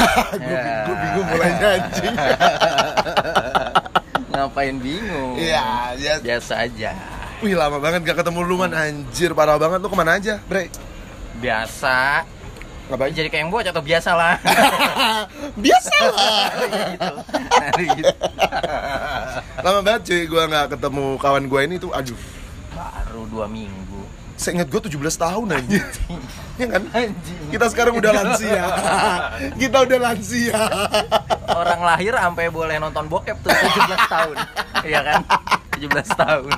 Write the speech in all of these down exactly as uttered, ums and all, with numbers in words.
Gue ya. bingung mulainya anjing. Ngapain bingung? Iya, ya. Biasa aja. Wih, lama banget gak ketemu lu man, anjir, parah banget. Lu kemana aja, Bre? Biasa. Ngapain? Jadi kayak yang bocah atau biasa lah. Biasa lah. Gitu. Nah, gitu. Lama banget cuy, gue gak ketemu kawan gue ini tuh, aduh. Baru dua minggu. Seingat gue tujuh belas tahun aja. Ya kan? Anjing. Kita sekarang udah lansia. Kita udah lansia. Orang lahir sampai boleh nonton bokep tuh tujuh belas tahun. Iya kan? tujuh belas tahun.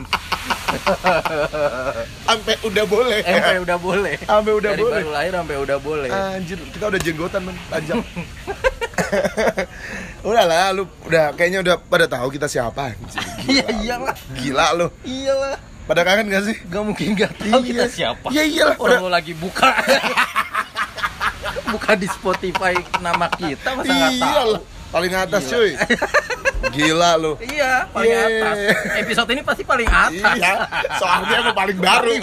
Sampai udah boleh. Sampai udah boleh. Sampai udah Dari boleh. baru lahir sampai udah boleh. Anjir, kita udah jenggotan man, panjang. Udah lah, lu udah kayaknya udah pada tahu kita siapa anjir. Iya iyalah. Gila lu. Iyalah. Pada kangen gak sih? Gak mungkin gak tahu Iya. kita siapa. Iya iyalah. Orang Udah. lo lagi buka. Buka di Spotify nama kita masa nggak tahu. Iyalah. Paling atas Gila. cuy. Gila lu. Iya, paling Yeay. atas. Episode ini pasti paling atas. Iya. Soalnya emang paling baru.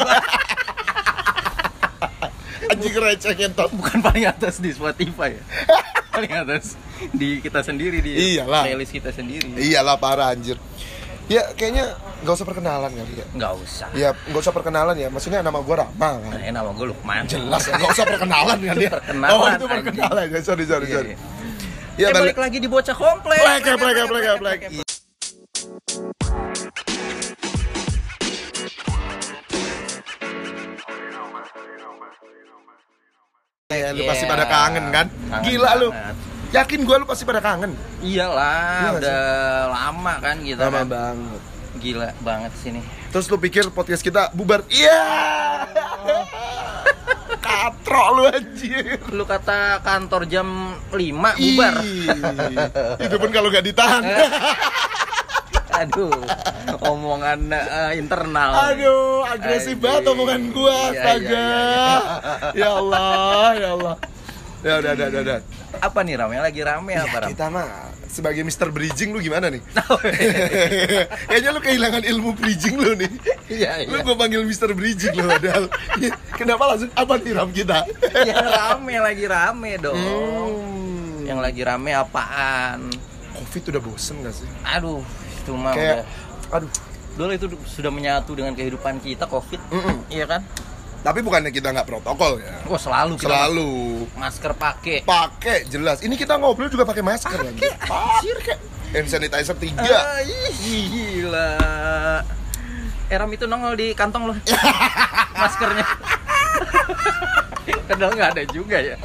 Anjing receh ngentot. Bukan paling atas di Spotify ya. Paling atas di kita sendiri, di Iyalah. playlist kita sendiri. Iyalah parah anjir. Ya kayaknya nggak usah perkenalan kali ya. Nggak usah. Ya nggak usah perkenalan ya. Maksudnya nama gue Rama kan. Nah, nama gue Lukman. Jelas ya. Nggak usah perkenalan kan Itu ya. perkenalan, Oh itu anjing. perkenalan ya. Sorry sorry Iya, sorry. iya. Ya eh, balik. balik lagi di Bocah Komplek. Plek ya plek ya plek ya plek. Ya, lu pasti Yeah. pada kangen kan? Kangen Gila lu. banget. Yakin gue lu pasti pada kangen. Iyalah, Iya nggak udah lama kan kita Lama kan. banget. Gila banget sini. Terus lu pikir podcast kita bubar? Iya. Katrok lu anjir. Lu kata kantor jam lima bubar. Ih, itu pun kalau nggak ditahan. Aduh, omongan uh, internal. Aduh, agresif Anjing. banget omongan gua, Iya, astaga. iya, iya, Ya Allah, ya Allah. Ya udah, udah, udah, udah. Apa nih Ram? Yang lagi rame Ya, apa Ram? kita mah sebagai mister Bridging lu gimana nih? Kayaknya lu kehilangan ilmu bridging lu nih. Iya, Lu iya. gua panggil mister Bridging lu padahal. Kenapa langsung apa nih Ram kita? Ya rame, lagi rame dong. Hmm. Yang lagi rame apaan? Covid udah bosen gak sih? Aduh, itu mah Kayak, udah. aduh. Dulu itu sudah menyatu dengan kehidupan kita, Covid. Mm-mm. Iya kan? Tapi bukannya kita nggak protokol ya? Wah, selalu kita Selalu masker pakai. pakai jelas. Ini kita ngobrol juga pakai masker lagi. Pakai. Hand sanitizer tiga. Ah, ih, gila. Eram itu nongol di kantong loh. Maskernya. Padahal nggak ada juga ya.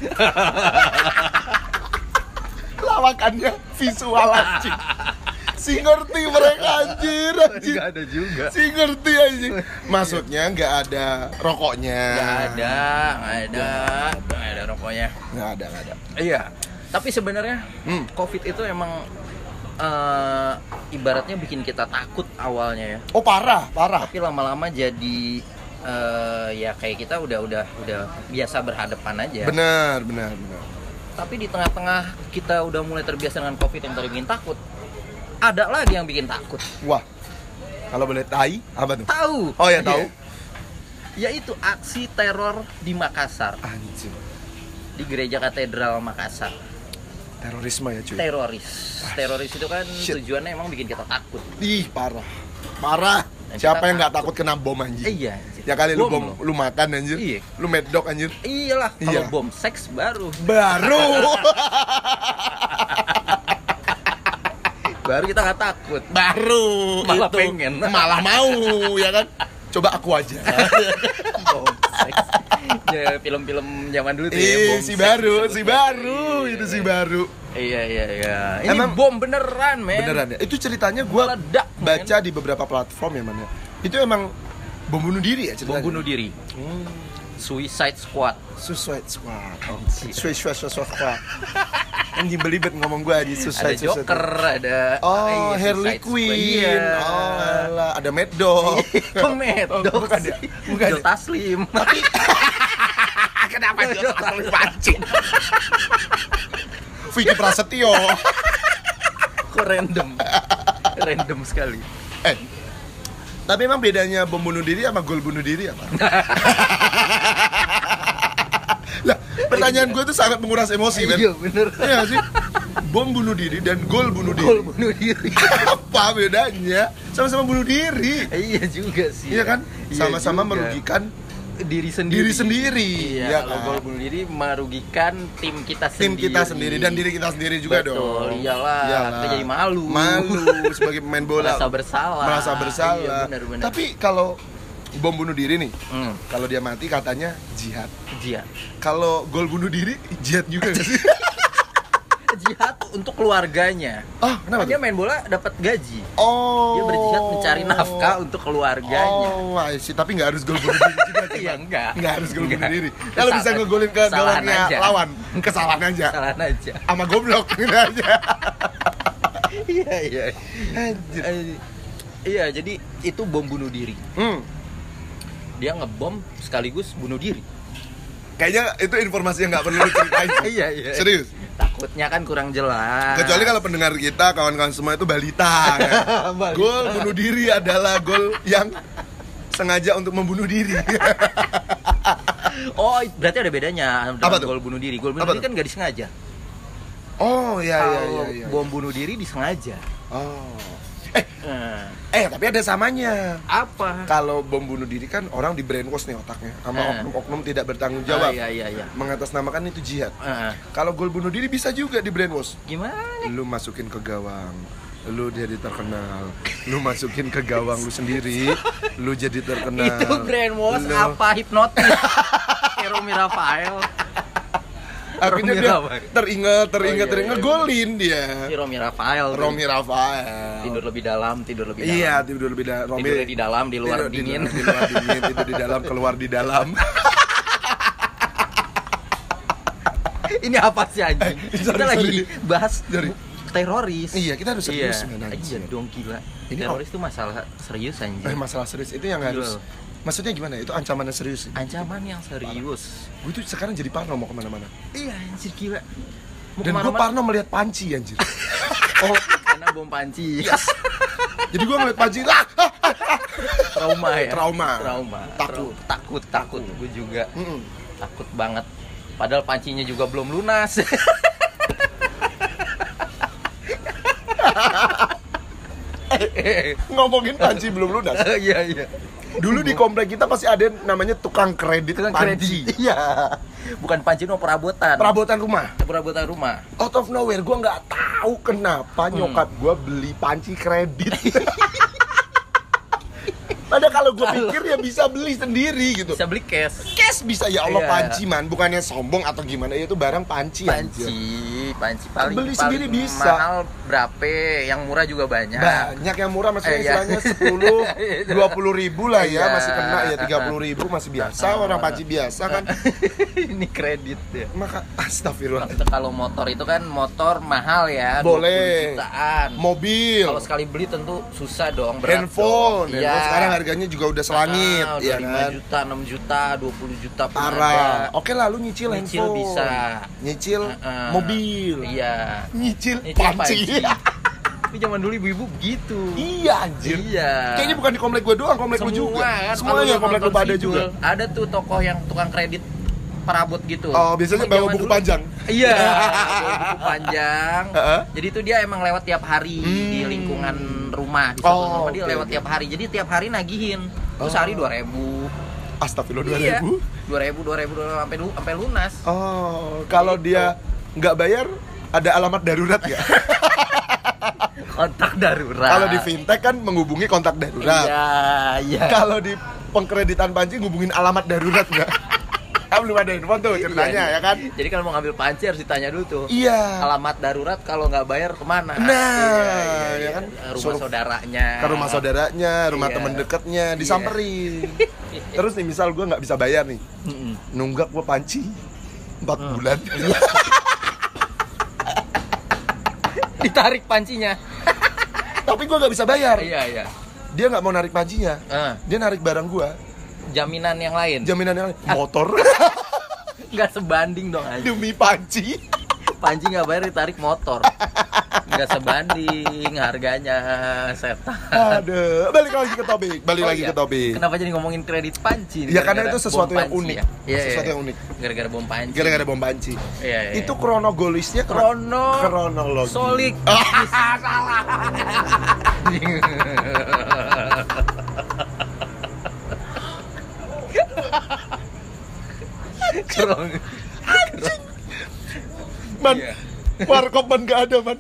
Lawakannya visual anjing. Si ngerti mereka anjir, anjir. Nggak ada juga. Si ngerti anjing. Maksudnya nggak ada rokoknya. Nggak ada, nggak ada, nggak ada rokoknya. Nggak ada, nggak ada. Iya. Tapi sebenarnya Hmm. Covid itu emang eh, ibaratnya bikin kita takut awalnya ya. Oh parah, parah. Tapi lama-lama jadi eh, ya kayak kita udah udah udah biasa berhadapan aja. Benar, benar, benar. Tapi di tengah-tengah kita udah mulai terbiasa dengan Covid yang tadi bikin takut, ada lagi yang bikin takut. Wah. Kalau boleh tai, apa tuh? Tahu? Oh ya tahu. Yaitu aksi teror di Makassar, Anjir. di Gereja Katedral Makassar. Terorisme ya cuy. Teroris. Teroris itu kan Shit. tujuannya emang bikin kita takut. Ih, parah. Parah. Dan Siapa kita yang nggak takut kena bom anjir? Eh, iya. Ya kali lu Bom bom, lu makan anjir. Iya. Lu medok anjir. Iyalah, kalau Iya. bom seks baru. Baru. Baru kita nggak takut. Baru. Malah itu. pengen. Malah mau ya kan? Coba aku aja. Bom seks. Ya, film-film zaman dulu tuh ya, Ih, bom si seks baru, disebutnya. si baru, Iya, itu iya. si baru. Iya iya iya. Ini Emang- bom beneran, men. Beneran ya? Itu ceritanya gua Meledak, men. baca di beberapa platform ya man ya. Itu emang bom bunuh diri ya Bom ceritanya? bunuh diri. Hmm. Suicide Squad. Suicide Squad. Oh, Suicide Suicide Squad. Anjing belibet ngomong gua aja Ada Suicide Suicide. Joker, ada Oh, iya, Harley Suicide Quinn. Squad. Iya. Oh, alah, ada Mad Dog. Komet. Oh, bukan ya? Bukan Joe ya? Taslim. Tapi kenapa dia terlalu pancing? Vicky Prasetyo. Kok random. Random sekali. Eh, tapi emang bedanya bom bunuh diri sama gol bunuh diri apa? Lah, Pertanyaan gue tuh sangat menguras emosi, men. Iya bener. Iya nggak sih? Bom bunuh diri dan gol bunuh diri. Gol bunuh diri. Apa bedanya? Sama-sama bunuh diri. Iya juga sih. Iya kan? Iya Sama-sama juga. merugikan diri sendiri. diri sendiri. Iya, ya kalau kan? gol bunuh diri merugikan tim kita Tim sendiri. kita sendiri dan diri kita sendiri juga Betul, dong. iyalah. Kita jadi malu. Malu sebagai pemain bola. Merasa bersalah. Merasa bersalah. Iya, benar, benar. Tapi kalau bom bunuh diri nih, Hmm, kalau dia mati katanya jihad. jihad. Kalau gol bunuh diri jihad juga nggak sih? Jihad untuk keluarganya. Oh, kenapa Dia tuh? main bola dapat gaji. Oh. Dia berjihad mencari nafkah untuk keluarganya. Oh, I see. Tapi nggak harus gol bunuh diri juga. Cuma. Iya enggak. Nggak harus gol bunuh Enggak. diri. Kalau bisa Kesalahan- ngegolin ke kesalahan gawangnya aja. lawan, kesalahan aja. Kesalahan aja. Sama goblok gitu aja. Iya iya. Anjir. Eh, Iya, jadi itu bom bunuh diri. Hmm. Dia ngebom sekaligus bunuh diri. Kayaknya itu informasi yang nggak perlu diceritain. Iya iya. Serius. Takutnya kan kurang jelas. Kecuali kalau pendengar kita, kawan-kawan semua itu balita. Kan? Balita. Gol bunuh diri adalah gol yang sengaja untuk membunuh diri. Oh, berarti ada bedanya Apa dengan tuh? gol bunuh diri. Gol bunuh Apa diri tuh? kan nggak disengaja. Oh iya iya Kalau iya. iya. bom bunuh diri disengaja. Oh. Nah, Eh tapi ada samanya. apa? Kalau bom bunuh diri kan orang di brainwash nih otaknya sama Eh. oknum-oknum tidak bertanggung Ah, jawab. iya iya iya. Mengatasnamakan itu jihad. Ah, Kalau gol bunuh diri bisa juga di brainwash. gimana? Lu masukin ke gawang, lu jadi terkenal. Lu masukin ke gawang lu sendiri, lu jadi terkenal. Itu brainwash Lu- apa hipnotis? Kayak Romi Rafael. Akhirnya Romi dia Rafael. teringat, teringat, Oh, iya, teringat, iya. golin dia. Si Romi Rafael. tuh. Romi Rafael. Tidur lebih dalam, tidur lebih dalam. Iya, tidur lebih dalam. Romi Tidurnya di dalam, di luar tidur di- dingin. Di, luar dingin, tidur di dalam, keluar di dalam. Ini apa sih anjing? Sorry, Kita lagi sorry. bahas Sorry. teroris. Iya, kita harus serius, Iya, men, anjing. iya dong gila. Ini Teroris itu masalah serius Eh, anjing. masalah serius itu yang harus. Iya. Maksudnya gimana? Itu ancaman yang serius. Ancaman yang serius. Gue tuh sekarang jadi parno mau kemana-mana. Iya anjir gila. Mau Dan gue kemana-mana- parno melihat panci anjir. Oh, karena bom panci. Jadi gue ngeliat panci, ah, ah, Trauma ya. Trauma. Trauma. Takut. Tra- takut, takut. Gue juga mm-mm. takut banget. Padahal pancinya juga belum lunas. Ngomongin panci belum lunas. Iya iya. Dulu di komplek kita pasti ada yang namanya tukang kredit Tukang panci. kredit. Iya. Bukan panci, no perabotan. Perabotan rumah. Perabotan rumah. Out of nowhere, gue nggak tahu kenapa Hmm. nyokap gue beli panci kredit. Padahal kalau gue Kalau- pikir ya bisa beli sendiri gitu. Bisa beli cash. Cash bisa, ya Allah. Iya. Panci man, bukannya sombong atau gimana, ya itu barang panci, Panci, anjir. panci paling Beli paling sendiri bisa. mahal berapa? Yang murah juga banyak. Banyak yang murah, maksudnya Eh, iya. istilahnya sepuluh, dua puluh ribu lah ya, Iya. masih kena ya, tiga puluh ribu masih biasa, Ah, orang ah. panci biasa kan. Ini kredit ya. Maka astagfirullah. Kalau motor itu kan motor mahal ya, Boleh. dua puluh jutaan. Mobil, Kalau sekali beli tentu susah dong, berat handphone, dong. handphone sekarang harganya juga udah selangit, Ah, udah ya lima kan. juta, enam juta, dua puluh juta pun Parah. ada. Oke lah, lu nyicil, Nyicil handphone. bisa. Nyicil Heeh. mobil. Iya. Nyicil, Nyicil panci. Tapi zaman dulu ibu-ibu begitu. Iya anjir. Iya. Kayaknya bukan di komplek gua doang, komplek lu juga. kan, Semuanya kalau komplek lu nonton pada Sidul, juga. Ada tuh tokoh yang tukang kredit perabot gitu. Oh, biasanya Emang bawa zaman buku dulu- panjang. Iya, bawa buku panjang. Heeh. Jadi itu dia emang lewat tiap hari Hmm. di lingkungan rumah, di satu Oh, rumah dia oke, lewat oke. tiap hari. Jadi tiap hari nagihin. Terus Oh. sehari dua ribu. Astagfirullah, dua Iya. ribu. Dua ribu, dua ribu, sampai lu- sampai lunas. Oh, kalau Gitu. dia nggak bayar, ada alamat darurat ya? Kontak darurat. Kalau di fintech kan menghubungi kontak darurat. Iya, iya. Kalau di pengkreditan panci ngubungin alamat darurat nggak? Kan belum ada handphone tuh ceritanya, Iya, ya kan? Jadi kalau mau ngambil panci harus ditanya dulu tuh. Iya. Alamat darurat kalau nggak bayar kemana? Nah, Iya, ya kan? Rumah Suruh saudaranya. Ke rumah saudaranya, rumah Iya. temen deketnya, Iya. disamperin. Terus nih misal gue nggak bisa bayar nih, Mm-mm. nunggak gue panci empat Hmm. bulan. Ditarik pancinya. Tapi gue nggak bisa bayar. Iya, iya. Dia nggak mau narik pancinya, Ah, dia narik barang gue. jaminan yang lain. Jaminan yang lain, motor Nggak sebanding dong aja. demi panci. Panji nggak bayar ditarik motor. Nggak sebanding harganya setan. Aduh, balik lagi ke topik, balik Oh lagi iya. ke topik. Kenapa jadi ngomongin kredit Panji? Ya karena Gara-gara itu sesuatu bom yang Panji unik. ya? Iya, Sesuatu iya. yang unik. Gara-gara bom Panji. Gara-gara bom panci. Iya, iya. Itu kronologisnya Krono kronologi. Solik. Salah. Kron. Man, Iya. warkop man gak ada man.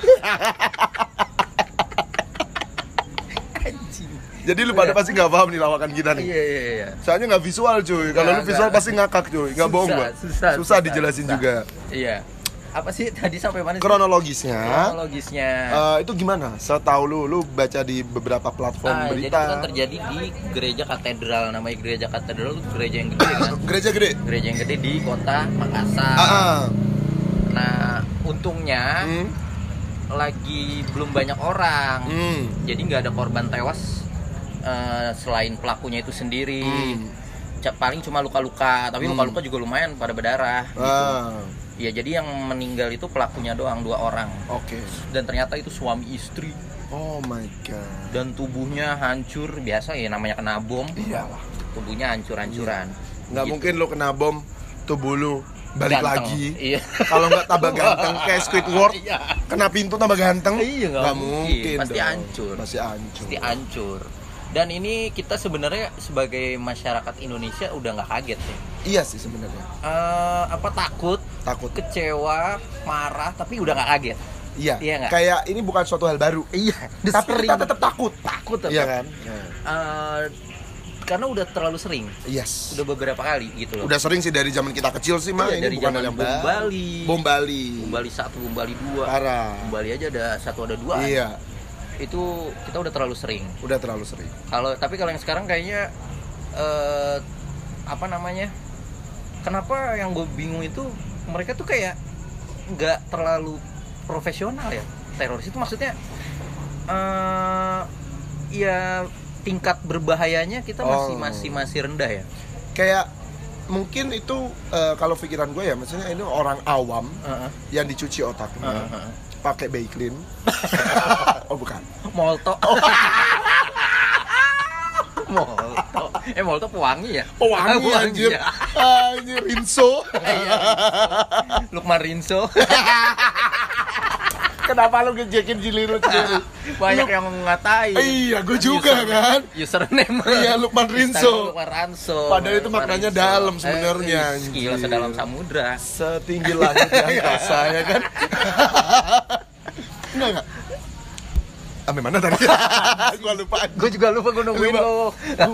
Anjing. Jadi lu pada Iya. pasti nggak paham nih lawakan kita nih. Iya, iya, iya. Soalnya nggak visual cuy. Kalau lu Nggak, visual nggak. pasti ngakak cuy. Nggak bohong Susah, gua. susah, Susah susah, dijelasin susah. juga. Iya. Apa sih tadi sampai mana sih? Kronologisnya. Kronologisnya. eh, itu gimana? Setahu lu, lu baca di beberapa platform Ah, jadi itu berita. kan terjadi di gereja katedral. Namanya gereja katedral itu gereja yang gede kan. Gereja gede. Gereja yang gede di kota Makassar. Ah, ah. Nah, untungnya Hmm. lagi belum banyak orang. Hmm. Jadi nggak ada korban tewas eh, selain pelakunya itu sendiri. Hmm. Ca- Paling cuma luka-luka, tapi Hmm. luka-luka juga lumayan pada berdarah. Gitu. Ah, Ya jadi yang meninggal itu pelakunya doang, dua orang. oke. Dan ternyata itu suami istri. Oh my god. Dan tubuhnya hancur, biasa ya namanya kena bom. Iyalah. Tubuhnya hancur-hancuran. Nggak Gitu. mungkin lu kena bom, tubuh lu balik Ganteng. lagi. Iya. Kalau nggak tambah ganteng kayak Squidward, Iya. kena pintu tambah ganteng. Iya, nggak nggak mungkin. mungkin. Pasti dong. hancur. Pasti hancur. Pasti hancur. Dan ini kita sebenarnya sebagai masyarakat Indonesia udah nggak kaget ya. Iya sih sebenarnya. Eh, apa takut, Takut. kecewa, marah, tapi udah nggak kaget. Iya. Iya nggak? Kayak ini bukan suatu hal baru. Iya. Tapi kita tetap takut. takut tetap. Iya kan? Eh, karena udah terlalu sering. Yes. Udah beberapa kali gitu loh. Udah sering sih dari zaman kita kecil sih mah. Iya, Ini dari bukan zaman hal yang bom baru. Bali. Bom Bali. Bom Bali satu, Bom Bali dua. Parah. Bom Bali aja ada satu ada dua. Iya. Itu kita udah terlalu sering. Udah terlalu sering. Kalau tapi kalau yang sekarang kayaknya eh, apa namanya? Kenapa yang gue bingung itu mereka tuh kayak nggak terlalu profesional ya teroris itu maksudnya eh ya tingkat berbahayanya kita masih Oh. masih masih rendah ya. Kayak mungkin itu eh, kalau pikiran gue ya, maksudnya ini orang awam Heeh. yang dicuci otaknya Heeh. pakai Baiklin. Oh bukan. Molto. Molto. Eh Molto pewangi ya? Pewangi anjir. ya. Anjir Rinso. Iya. Lukman Rinso. Kenapa lu ngejekin Jilirut sendiri? Banyak Lu- yang ngatain. Iya, gue juga User- kan. Username. Iya, Lukman Rinso. Instagram Lukman Ranso. Padahal itu Lukman maknanya Rinso. dalam sebenarnya, Eh, anjir. Gila sedalam samudra. Setinggi langit di angkasa ya kan. Enggak enggak. Sampai mana tadi? Gua lupa. Gue juga lupa gue nungguin Lupa. lo.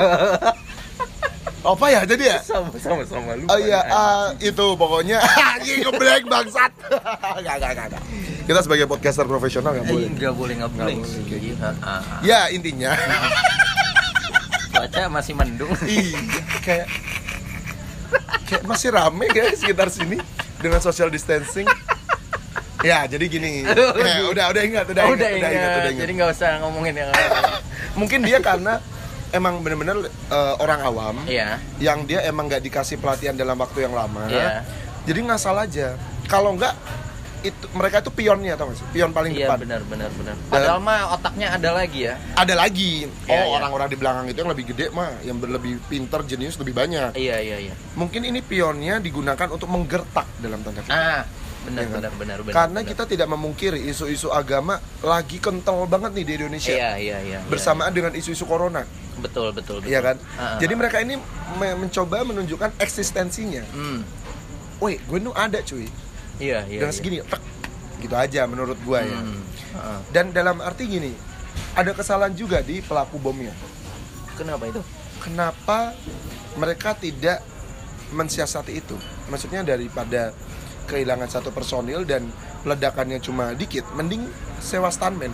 Apa ya jadi ya? sama sama sama lupa. Oh iya, nih, ah, itu pokoknya anjing ngeblank bangsat. Enggak enggak enggak. enggak. Kita sebagai podcaster profesional enggak Eh, boleh. nggak boleh nggak boleh. Nggak boleh kayak Iya, ah. Ya, intinya Cuaca masih mendung. iya kayak kayak masih rame kayak sekitar sini dengan social distancing. Ya, jadi gini. Aduh, Eh, aduh. udah udah ingat, udah, Oh, ingat, udah ingat, udah ingat. Jadi nggak usah ngomongin yang lain. Mungkin dia karena emang bener-bener eh, orang awam Iya. yang dia emang nggak dikasih pelatihan dalam waktu yang lama. Iya. Jadi ngasal aja. Kalau nggak itu mereka itu pionnya tau gak sih? Pion paling Iya depan. benar benar benar. Padahal mah otaknya ada lagi ya. Ada lagi. Oh, Iya, iya. orang-orang di belakang itu yang lebih gede mah, yang ber- lebih pinter, jenius lebih banyak. Iya iya iya. Mungkin ini pionnya digunakan untuk menggertak dalam tanda kutip. Ah, benar Iya kan? benar benar benar. Karena benar. kita tidak memungkiri isu-isu agama lagi kental banget nih di Indonesia. Iya iya iya. Bersamaan dengan isu-isu corona, Betul betul betul. iya kan? Ah, ah, Jadi ah. mereka ini me- mencoba menunjukkan eksistensinya. Hmm. Woi, gue nu ada cuy. Iya iya. Dengan iya. segini, tek. Gitu aja menurut gue ya. Hmm. Ah, ah. Dan dalam arti gini, ada kesalahan juga di pelaku bomnya. Kenapa itu? Kenapa mereka tidak mensiasati itu? Maksudnya daripada kehilangan satu personil dan ledakannya cuma dikit, mending sewa stuntman.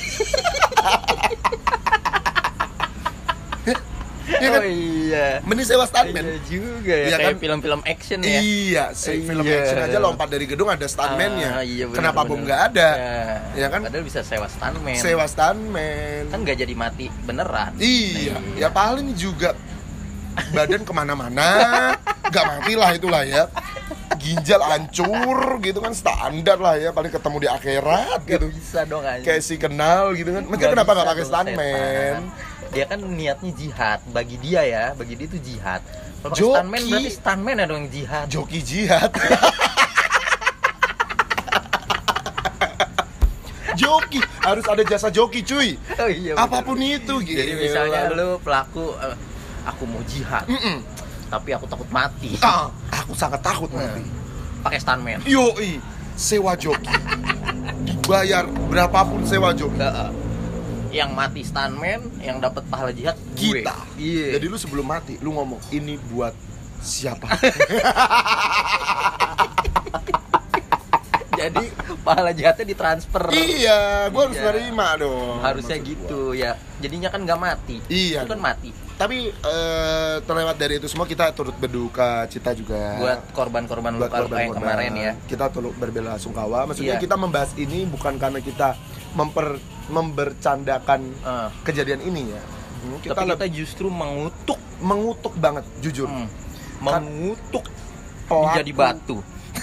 Iya kan? Oh iya. Mending sewa stuntman. Iya juga ya, Iya kayak kan? film-film action ya. Iya, se- film Iya. action aja lompat dari gedung ada stuntman-nya. Ah, iya, bener, Kenapa bom bener. nggak ada? Ya. Ya kan? Padahal bisa sewa stuntman. Sewa stuntman. Kan nggak jadi mati beneran. Iya, ya paling juga badan kemana-mana, nggak mati lah itulah ya. Ginjal hancur gitu kan, standar lah ya, paling ketemu di akhirat Gak gitu. bisa dong aja. Kayak si kenal gitu kan. Makanya kenapa nggak pakai stuntman? Dia kan niatnya jihad, bagi dia ya, bagi dia itu jihad. Kalau pakai Joki. stuntman berarti stuntman ya dong yang jihad. Joki jihad. Joki, harus ada jasa joki cuy. Oh iya. Apapun itu gitu. Jadi misalnya lu pelaku, uh, aku mau jihad, Mm-mm. tapi aku takut mati. Ah, aku sangat takut mati. Pakai stuntman. Yoi, sewa joki. Dibayar berapapun sewa joki. Uh, yang mati stuntman, yang dapat pahala jihad gue. Kita. Iya. Jadi lu sebelum mati, lu ngomong ini buat siapa? Jadi pahala jihadnya ditransfer. Iya, gua harus Iya. nerima dong. Harusnya maksud gitu gua. ya. Jadinya kan nggak mati. Iya. Itu kan mati. Tapi eh, terlewat dari itu semua kita turut berduka cita juga. Buat korban-korban Buat luka-luka yang korban-korban. kemarin ya. Kita turut berbela sungkawa. Maksudnya Iya. kita membahas ini bukan karena kita memper membercandakan Eh, kejadian ini ya. Hmm, kita tapi kita lebih justru mengutuk, mengutuk banget, jujur. hmm, Kan mengutuk pelaku- menjadi batu.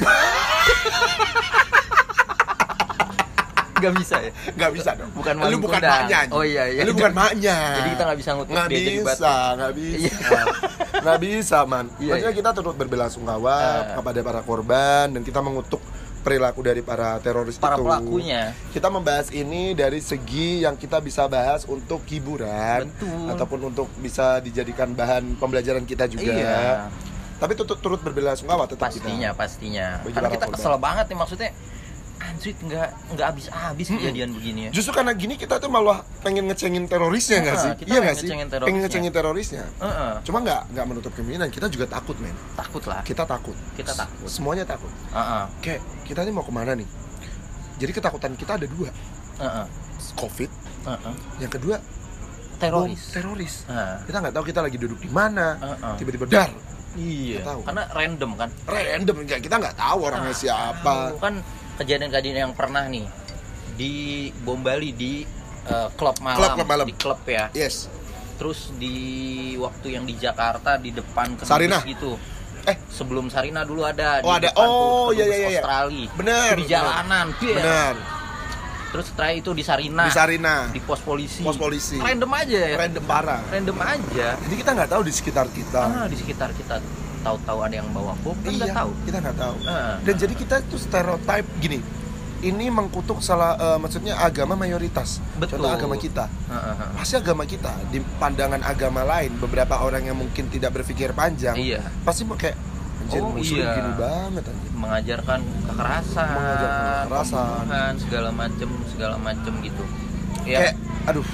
Gak bisa ya? Nggak bisa dong. Bukan Lu maling bukan kundang. maknya. Oh iya, iya. Lu bukan maknya. Jadi kita nggak bisa ngutuk Nggak dia jadi batu. bisa, nggak bisa. Nggak bisa, man. Iya, Maksudnya iya. kita turut berbelasungkawa Ah. kepada para korban dan kita mengutuk perilaku dari para teroris Para itu. pelakunya. Kita membahas ini dari segi yang kita bisa bahas untuk hiburan. Betul. Ataupun untuk bisa dijadikan bahan pembelajaran kita juga. Iya. Tapi turut turut berbelasungkawa tetap Pastinya, kita. pastinya. Bagi Karena para kita korban. kesel banget nih, maksudnya anjir nggak nggak habis-habis Mm-mm. kejadian begini ya. Justru karena gini kita tuh malah pengen ngecengin terorisnya nggak Ah, sih? kita Iya pengen nggak sih? ngecengin Pengen terorisnya. ngecengin terorisnya. Heeh. Cuma nggak nggak menutup kemungkinan kita juga takut men. Takut lah. Kita takut. Kita takut. Semuanya takut. Heeh. Kayak kita ini mau kemana nih? Jadi ketakutan kita ada dua. Heeh. Covid. Heeh. Yang kedua Teroris. bom teroris. Heeh. Kita nggak tahu kita lagi duduk di mana. Heeh. Tiba-tiba dar. Iya. Nggak tahu. Karena random kan. Random nggak kita nggak tahu orangnya siapa. Tahu kan kejadian-kejadian yang pernah nih di bom Bali di eh, klub malam, Klub- klub malam. di klub ya. Yes. Terus di waktu yang di Jakarta di depan kedubes Sarinah. gitu. Eh. Sebelum Sarina dulu ada Oh, di ada. depan Oh, tuh, iya, kedubes iya, iya. Australia. Bener, Di bener. jalanan, biar. Benar. Terus setelah itu di Sarina. Di Sarina. Di pos polisi. Pos polisi. Random aja ya. Random parah. Random aja. Jadi kita nggak tahu di sekitar kita. Ah, di sekitar kita tahu-tahu ada yang bawa bom, kan nggak Iya, tahu. kita nggak tahu. Ah. Dan jadi kita itu stereotype gini. Ini mengkutuk salah eh, maksudnya agama mayoritas. Betul. Contoh agama kita. Heeh, heeh. Pasti agama kita di pandangan agama lain beberapa orang yang mungkin tidak berpikir panjang. Iya. Pasti mau kayak anjir Oh, muslim iya. gini banget anjir. Mengajarkan kekerasan, Mengajarkan kekerasan. pembunuhan, segala macem, segala macem gitu. Ya, Kayak aduh,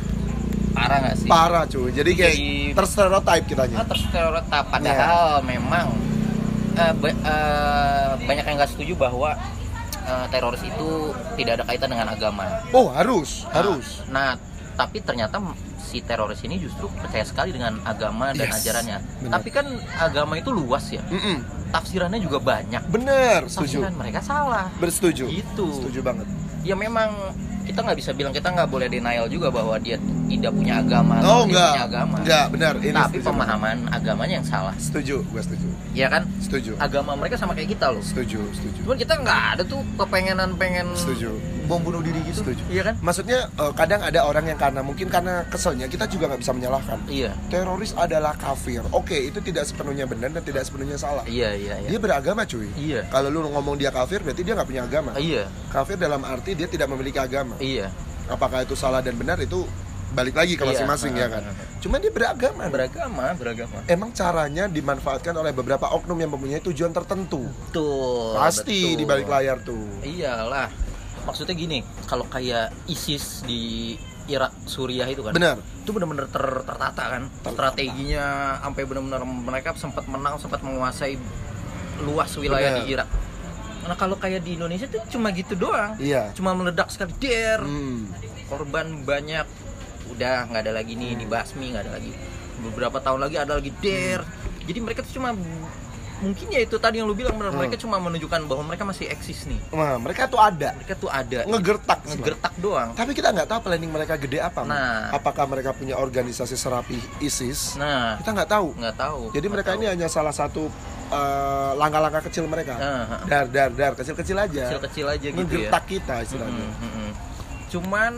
parah nggak sih? parah cuy. Jadi kayak Jadi- terstereotype kitanya. Ah, terstereotip. Padahal memang eh, ba- eh, banyak yang nggak setuju bahwa eh, teroris itu tidak ada kaitan dengan agama. Oh, harus, Nah, harus. Nah, tapi ternyata si teroris ini justru percaya sekali dengan agama dan Yes, ajarannya. benar. Tapi kan agama itu luas ya. Mm-mm. Tafsirannya juga banyak. Bener, setuju. Tafsiran mereka salah. Bersetuju. Gitu. Setuju banget. Ya memang kita nggak bisa bilang, kita nggak boleh denial juga bahwa dia tidak punya agama. Oh, atau dia enggak. punya agama. Enggak, benar. Ini Tapi setuju pemahaman agamanya yang salah. banget. Setuju, gue setuju. Ya kan? Setuju. Agama mereka sama kayak kita loh. Setuju, setuju. Cuman kita nggak ada tuh kepengenan pengen Setuju. bom bunuh diri gitu. Setuju. Iya kan? Maksudnya eh, kadang ada orang yang karena mungkin karena keselnya kita juga nggak bisa menyalahkan. Iya. Teroris adalah kafir. Oke, itu tidak sepenuhnya benar dan tidak sepenuhnya salah. Iya, iya, iya. Dia beragama, cuy. Iya. Kalau lu ngomong dia kafir, berarti dia nggak punya agama. Iya. Kafir dalam arti dia tidak memiliki agama. Iya. Apakah itu salah dan benar itu balik lagi ke Iya. masing-masing ya kan. Cuma dia beragama. Beragama, beragama. Emang caranya dimanfaatkan oleh beberapa oknum yang mempunyai tujuan tertentu. Tuh. Pasti betul. di balik layar tuh. Iyalah. Maksudnya gini, kalau kayak ISIS di Irak, Suriah itu kan. Benar. Itu benar-benar ter- tertata kan. Tertata. Strateginya sampai benar-benar mereka sempat menang, sempat menguasai luas wilayah Benar. di Irak. Nah, kalau kayak di Indonesia tuh cuma gitu doang. Iya. Cuma meledak sekali, der. Hmm. Korban banyak. Udah nggak ada lagi nih, dibasmi, nggak ada lagi. Beberapa tahun lagi ada lagi, der. Jadi mereka tuh cuma mungkin ya itu tadi yang lu bilang benar, Hmm. mereka cuma menunjukkan bahwa mereka masih eksis nih. Nah, mereka tuh ada, Mereka tuh ada ngegertak, ngegertak doang. tapi kita nggak tahu planning mereka gede apa. Man. Nah. Apakah mereka punya organisasi serapi ISIS? Nah, Kita nggak tahu. nggak tahu. Jadi nggak mereka tahu. ini hanya salah satu uh, langkah-langkah kecil mereka. Nah, Dar, dar, dar, kecil-kecil aja. kecil-kecil aja gitu ya. Ngegertak kita istilahnya. Mm-mm, mm-mm. Cuman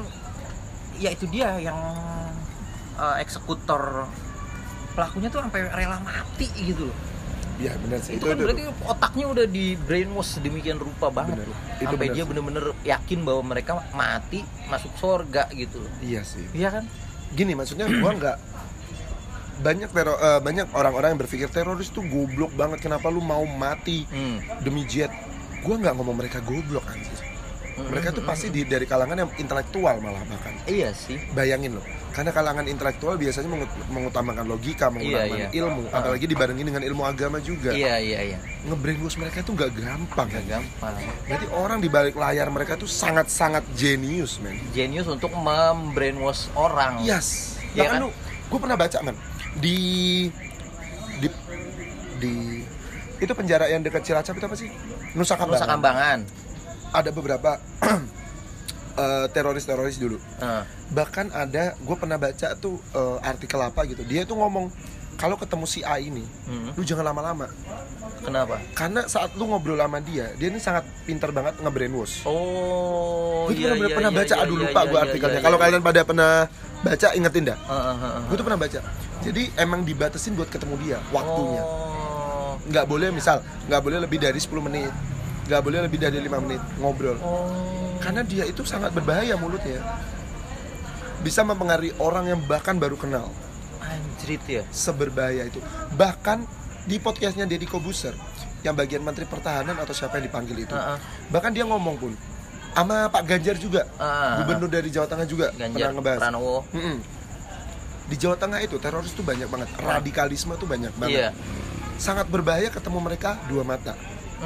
ya itu dia yang uh, eksekutor pelakunya tuh sampai rela mati gitu loh. Iya benar sih. Itu, kan berarti otaknya udah di brainwash sedemikian rupa banget Bener. loh. Itu Sampai bener dia sih. bener-bener yakin bahwa mereka mati masuk surga gitu loh. Iya sih. Iya kan? Gini maksudnya gua nggak banyak teror eh, banyak orang-orang yang berpikir teroris tuh goblok banget, kenapa lu mau mati Hmm. demi jet. Gua nggak ngomong mereka goblok anjir. Mereka tuh pasti di, dari kalangan yang intelektual malah bahkan. Iya sih. Bayangin loh, karena kalangan intelektual biasanya mengut- mengutamakan logika, mengutamakan iya. ilmu, Uh. apalagi dibarengi dengan ilmu agama juga. Iya iya iya. Nge-brainwash mereka tuh nggak gampang. Gak Kan? gampang. Berarti orang di balik layar mereka tuh sangat-sangat jenius, men. Genius untuk membrainwash orang. Yes. Iya Bahkan kan? lu, gue pernah baca man di di di itu penjara yang dekat Cilacap itu apa sih? Nusa Kambangan. Nusa Kambangan. Ada beberapa eh, teroris-teroris dulu. Nah, Bahkan ada, gue pernah baca tuh eh, artikel apa gitu. Dia tuh ngomong kalau ketemu si A ini, hmm. lu jangan lama-lama. Kenapa? Karena saat lu ngobrol sama dia, dia ini sangat pintar banget nge-brainwash. Oh, Gue tuh iya, pernah, iya, pernah iya, baca, iya, aduh iya, lupa iya, gue iya, artikelnya. iya, Kalau iya. kalian pada pernah baca, ingetin dah. Uh, uh, uh, uh. Gue tuh pernah baca. Jadi emang dibatasin buat ketemu dia waktunya. Oh. Nggak boleh misal, nggak boleh lebih dari sepuluh menit, nggak boleh lebih dari lima menit ngobrol. Oh. Karena dia itu sangat berbahaya mulutnya. Bisa mempengaruhi orang yang bahkan baru kenal. Anjrit ya. Seberbahaya itu. Bahkan di podcastnya Deddy Kobuser, yang bagian Menteri Pertahanan atau siapa yang dipanggil itu, Uh, uh. bahkan dia ngomong pun sama Pak Ganjar juga, Uh, gubernur dari Jawa Tengah juga Ganjar pernah ngebahas. Pranowo. Mm-mm. Di Jawa Tengah itu teroris tuh banyak banget, radikalisme tuh banyak banget. Iya. Sangat berbahaya ketemu mereka dua mata.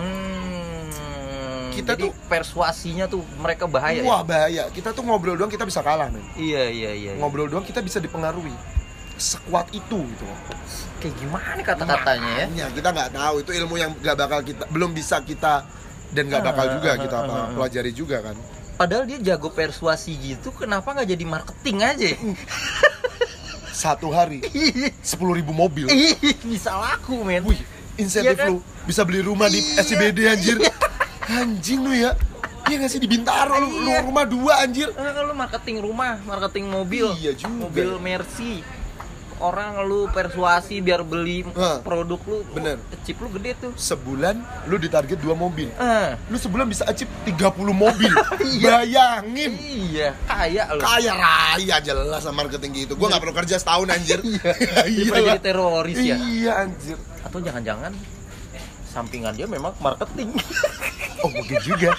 Hmm, Kita jadi tuh- persuasinya tuh mereka bahaya. Wah bahaya. Kita tuh ngobrol doang kita bisa kalah, men. Ya? Iya iya iya. iya. Ngobrol doang kita bisa dipengaruhi. Sekuat itu gitu. Kayak gimana kata-katanya ya? Makanya kita nggak tahu, itu ilmu yang nggak bakal kita, belum bisa kita dan nggak bakal Ah, juga ah, kita ah, apa ah, ah. pelajari juga kan. Padahal dia jago persuasi gitu, kenapa nggak jadi marketing aja? Satu hari sepuluh ribu mobil. Ih, bisa laku men. Wih, insentif Iya kan? lu bisa beli rumah di Iya. S C B D anjir. Anjing lu ya. Iya nggak sih di Bintaro lu, lu Iya. rumah dua anjir. Nah, kalau marketing rumah, marketing mobil, Iya juga. mobil Mercy, orang lu persuasi biar beli Hah. produk lu, Bener. chip lu gede tuh. Sebulan lu ditarget dua mobil. Ah, Lu sebulan bisa achieve tiga puluh mobil. Iya. Bayangin. iya, kaya lu. Kaya raya jelas sama marketing gitu. Gua nggak perlu kerja setahun anjir. Dia Iya. pernah jadi teroris ya? Iya anjir. Atau jangan-jangan sampingan dia memang marketing. Oh mungkin juga.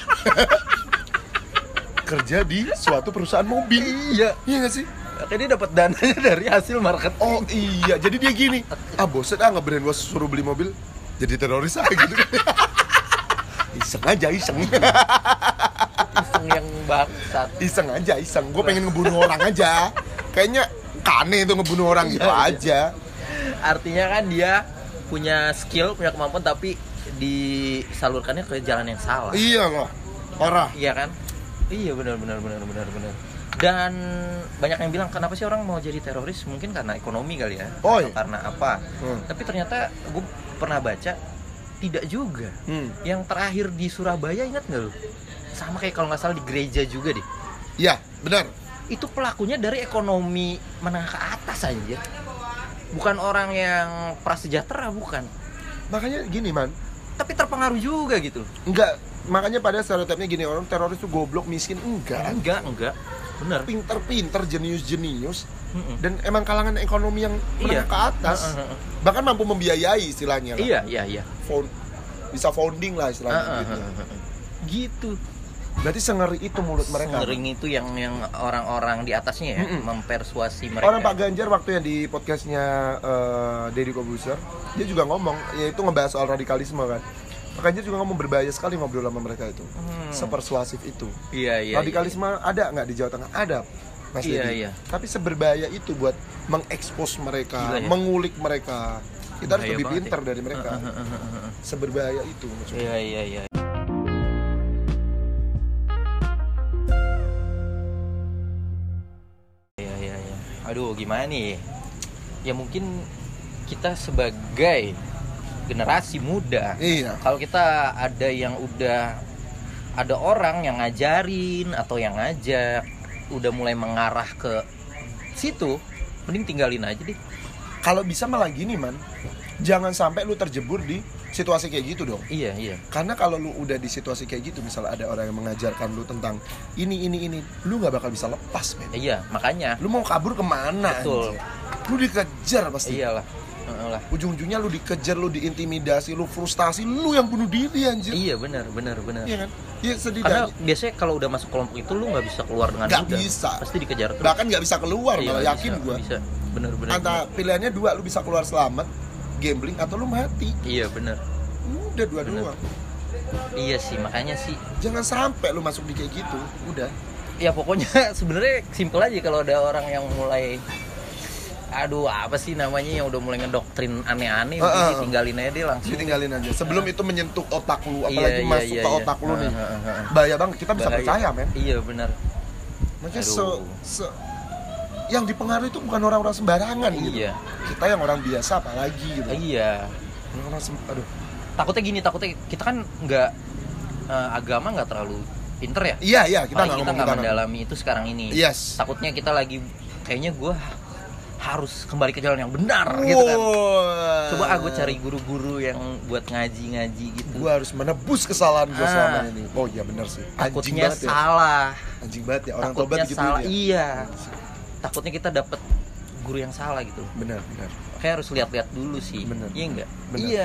Kerja di suatu perusahaan mobil. Iya. Iya nggak sih? Katanya dia dapat dananya dari hasil marketing. Oh iya. Jadi dia gini. Ah bosen ah nge-brainwash suruh beli mobil. Jadi teroris aja gitu. Iseng aja iseng. Iseng yang bangsat. Iseng aja iseng. Gue pengen ngebunuh orang aja. Kayaknya kane itu ngebunuh orang gitu Iya, iya. aja. Artinya kan dia punya skill, punya kemampuan, tapi disalurkannya ke jalan yang salah. Iya loh. Parah. Iya kan? Iya benar benar benar benar benar. Dan banyak yang bilang kenapa sih orang mau jadi teroris? Mungkin karena ekonomi kali ya. Oh, Atau iya. karena apa? Hmm. Tapi ternyata gue pernah baca tidak juga. Hmm. Yang terakhir di Surabaya ingat nggak lu? Sama kayak kalau nggak salah di gereja juga deh. Iya benar. Itu pelakunya dari ekonomi menengah ke atas aja. Bukan orang yang prasejahtera, bukan. Makanya gini man. Tapi terpengaruh juga gitu. Enggak. Makanya pada stereotipnya gini, orang teroris tuh goblok, miskin. Enggak. Enggak, enggak. Bener. Pinter-pinter, jenius-jenius. Mm-mm. Dan emang kalangan ekonomi yang menengah Iya. ke atas. Heeh, heeh. Bahkan mampu membiayai istilahnya lah. Iya, iya, iya. Found, bisa founding lah istilahnya Heeh, gitu. heeh, heeh. Gitu. Berarti sengeri itu mulut mereka. Ngering itu yang yang orang-orang di atasnya ya, Mm-mm. mempersuasi mereka. Orang Pak Ganjar waktu yang di podcastnya uh, Deddy Kobuser, dia juga ngomong, yaitu ngebahas soal radikalisme kan. Pak Ganjar juga ngomong berbahaya sekali ngobrol sama mereka itu. Hmm. Sepersuasif itu. Iya, iya. Radikalisme ada nggak di Jawa Tengah? Ada, Mas Iya, Deddy. iya. Tapi seberbahaya itu buat mengekspos mereka, Gila ya. mengulik mereka. Kita harus Bahaya lebih banget pintar ya. dari mereka. Seberbahaya itu maksudnya. Iya iya iya. Iya iya iya. Aduh gimana nih? Ya mungkin kita sebagai generasi muda, Iya. kalau kita ada yang udah ada orang yang ngajarin atau yang ngajak udah mulai mengarah ke situ, mending tinggalin aja deh. Kalau bisa malah gini man, jangan sampai lu terjebur di situasi kayak gitu dong. Iya iya. Karena kalau lu udah di situasi kayak gitu, misalnya ada orang yang mengajarkan lu tentang ini ini ini, lu nggak bakal bisa lepas men. Iya makanya. Lu mau kabur kemana? Betul. Anjir? Lu dikejar pasti. Iyalah. Heeh lah. Ujung-ujungnya lu dikejar, lu diintimidasi, lu frustasi, lu yang bunuh diri anjir. Iya benar benar benar. Iya kan? Iya sedih. Karena biasanya kalau udah masuk kelompok itu lu nggak bisa keluar dengan Nggak mudah. bisa. Pasti dikejar terus. Bahkan nggak bisa keluar, Iya, malah nggak yakin bisa, gua. Bisa. Benar benar. Antara pilihannya dua, lu bisa keluar selamat, gambling atau lu mati. Iya benar. Udah dua-dua. Iya sih makanya sih. Jangan sampai lu masuk di kayak gitu. Udah. Ya pokoknya sebenarnya simpel aja kalau ada orang yang mulai aduh apa sih namanya yang udah mulai ngedoktrin aneh-aneh, Uh, uh, udah uh. tinggalin aja deh langsung. Ditinggalin aja. Sebelum itu menyentuh otak lu, Iya, apalagi iya, masuk iya, ke iya. otak lu nih. Uh, uh, uh, uh. Bahaya banget. Kita bisa Bahaya. percaya, men. Iya benar. Makanya se, Aduh. se- yang dipengaruhi itu bukan orang-orang sembarangan gitu. Iya. Kita yang orang biasa apalagi gitu. Iya. Orang sem- aduh. Takutnya gini, takutnya kita kan nggak eh, agama nggak terlalu pinter ya. Iya, iya, kita Apalagi nggak kita ngomong nggak kita nggak- mendalami itu sekarang ini. Yes. Takutnya kita lagi kayaknya gue harus kembali ke jalan yang benar gitu kan. Wah. Coba aku cari guru-guru yang buat ngaji-ngaji gitu. Gua harus menebus kesalahan gua Ah. selama ini. Oh iya benar sih. Anjing Takutnya banget ya. salah. Anjing banget ya orang Takutnya tobat gitu salah. ya. Iya. Takutnya kita dapet guru yang salah gitu. Benar, benar. Kayak harus lihat-lihat dulu sih. Bener. Iya enggak? Bener. Iya.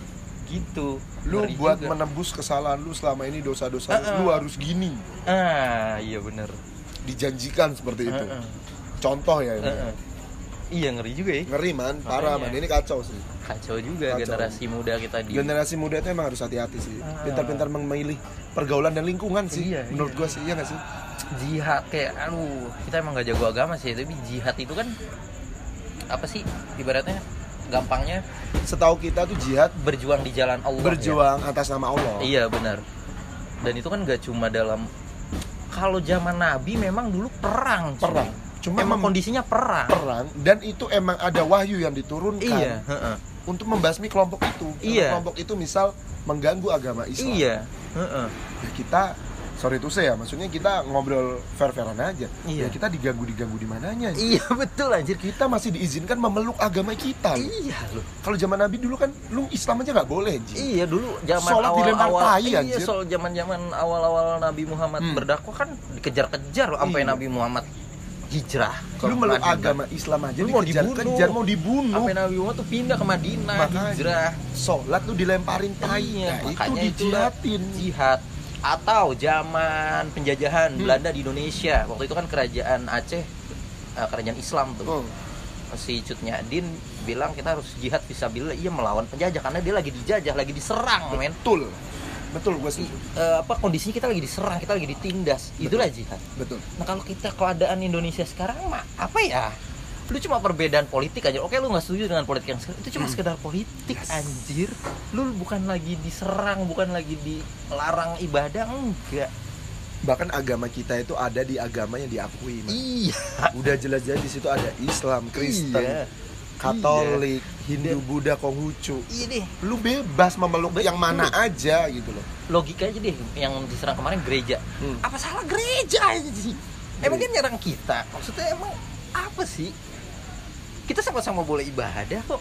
Gitu. Lu Ngeri buat juga. menebus kesalahan lu selama ini dosa-dosa Uh-uh. lu harus gini. Ah, iya bener. Dijanjikan seperti itu. Uh-uh. Contoh ya ini. Uh-uh. Iya ngeri juga ya. Ngeri man, parah Makanya. man. Ini kacau sih. Kacau juga Kacau. generasi muda kita di. Generasi muda itu emang harus hati-hati sih. Ah. Pintar-pintar memilih pergaulan dan lingkungan sih. Iya, Menurut iya. gua sih, iya nggak sih? Jihad kayak aduh, kita emang gak jago agama sih, tapi jihad itu kan apa sih ibaratnya gampangnya Setahu kita tuh jihad berjuang di jalan Allah. berjuang atas nama Allah. Ya? Iya benar. Dan itu kan gak cuma dalam kalau zaman Nabi memang dulu perang. cuy. Perang. Cuma Emang mem- kondisinya perang. perang dan itu emang ada wahyu yang diturunkan Iya. heeh. untuk membasmi kelompok itu. Karena Iya. kelompok itu misal mengganggu agama Islam. Iya. heeh. Ya kita sorry tuh saya, maksudnya kita ngobrol fair-fairan aja. Iya. Ya kita diganggu-diganggu di mananya. Iya betul anjir. Kita masih diizinkan memeluk agama kita. loh. Iya loh. Kalau zaman Nabi dulu kan lu Islam aja nggak boleh, anjing. Iya dulu zaman Sholat dilempar awal-awal tai, iya anjir. soal zaman-zaman awal-awal Nabi Muhammad Hmm. berdakwah kan dikejar-kejar loh sampai Iya. Nabi Muhammad hijrah ke Lu meluk Madinah. agama Islam aja Lu mau dikejar-kejar, dibunuh. mau dibunuh. Sampai Nabi Muhammad tuh pindah ke Madinah, Makanya. hijrah. Sholat lu dilemparin tai. Iya, Nah, itu makanya itulah dijihatin. jihad. Atau zaman penjajahan Hmm. Belanda di Indonesia. Waktu itu kan kerajaan Aceh, eh, kerajaan Islam tuh. Oh. Si Cut Nyadin bilang kita harus jihad fisabilillah, iya melawan penjajah karena dia lagi dijajah, lagi diserang, men. Betul. Betul gua sih. Eh, apa kondisinya kita lagi diserang, kita lagi ditindas. Itulah jihad. Betul. Nah kalau kita keadaan Indonesia sekarang mah apa ya? Lu cuma perbedaan politik aja. Oke lu nggak setuju dengan politik yang sekarang, itu cuma sekedar politik. Yes. Anjir. Lu bukan lagi diserang, bukan lagi dilarang ibadah, enggak. Bahkan agama kita itu ada di agama yang diakui. Man. Iya. Udah jelas-jelas di situ ada Islam, Kristen, Iya. Katolik, Hindu, Dan- Buddha, Konghucu. Iya deh. Lu bebas memeluk Betul. yang mana aja gitu loh. Logika aja deh yang diserang kemarin gereja. Hmm. Apa salah gereja anjing? Emang dia nyerang kita? Maksudnya emang apa sih? Kita sama-sama boleh ibadah kok.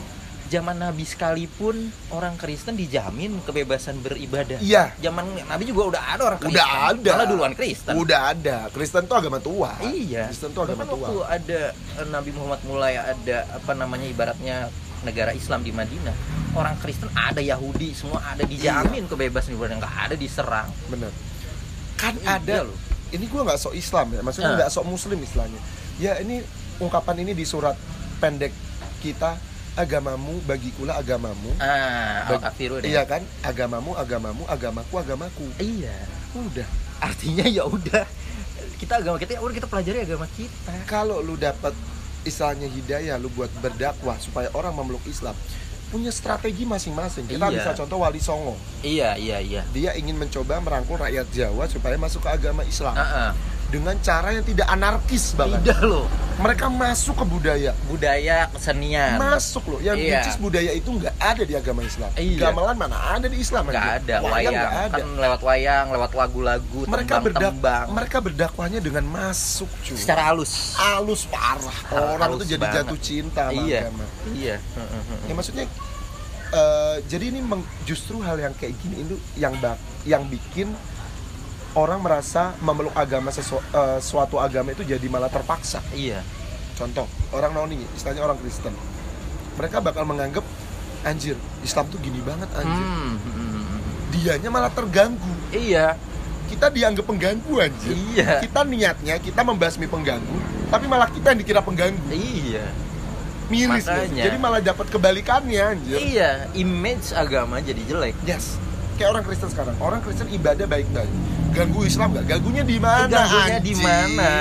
Zaman Nabi sekalipun orang Kristen dijamin kebebasan beribadah. Iya. Zaman Nabi juga udah ada orang Kristen. Udah ada. Malah duluan Kristen. Udah ada. Kristen tuh agama tua. Iya. Kristen tuh agama Bahkan waktu tua. ada eh, Nabi Muhammad mulai ada apa namanya ibaratnya negara Islam di Madinah, orang Kristen ada, Yahudi semua ada, dijamin kebebasan ibadah, nggak ada diserang. Bener. Kan Iya ada loh. Ini gua nggak sok Islam ya, maksudnya Ah. nggak sok Muslim istilahnya. Ya ini ungkapan ini di surat pendek kita, agamamu bagikulah agamamu. Ah, Bag- al-kafiru deh. Iya kan? Agamamu agamamu, agamaku agamaku. Iya. Udah. Artinya ya udah kita agama kita ya udah kita pelajari agama kita. Kalau lu dapat istilahnya hidayah, lu buat berdakwah supaya orang memeluk Islam, punya strategi masing-masing. Kita Iya. bisa contoh Wali Songo. Iya, iya, iya. Dia ingin mencoba merangkul rakyat Jawa supaya masuk ke agama Islam Heeh. dengan cara yang tidak anarkis banget. Tidak loh. Mereka masuk ke budaya, Budaya, kesenian. masuk loh. Yang Iya. which is budaya itu nggak ada di agama Islam. Iya. Gamelan mana ada di Islam? Nggak anjir. ada Wayang wayang, nggak ada. kan lewat wayang, lewat lagu-lagu, Mereka berdak tembang-tembang. mereka berdakwahnya dengan masuk cuy. Secara halus. Halus parah. Orang Halus itu jadi banget. jatuh cinta sama Iya. agama. Iya. Heeh, heeh. Ya maksudnya eh, jadi ini meng- justru hal yang kayak gini itu yang bak yang bikin orang merasa memeluk agama sesu- eh, suatu agama itu jadi malah terpaksa. Iya. Contoh, orang noni, istilahnya orang Kristen. Mereka bakal menganggap anjir, Islam tuh gini banget anjir. Hmm, hmm, hmm. Dianya malah terganggu. Iya. Kita dianggap pengganggu anjir. Iya. Kita niatnya kita membasmi pengganggu, tapi malah kita yang dikira pengganggu. Iya. Miris ya. Makanya. Jadi malah dapat kebalikannya anjir. Iya, image agama jadi jelek. Yes. Kayak orang Kristen sekarang. Orang Kristen ibadah baik-baik. Ganggu Islam nggak? Ganggunya di mana? Ganggunya di anjing? mana?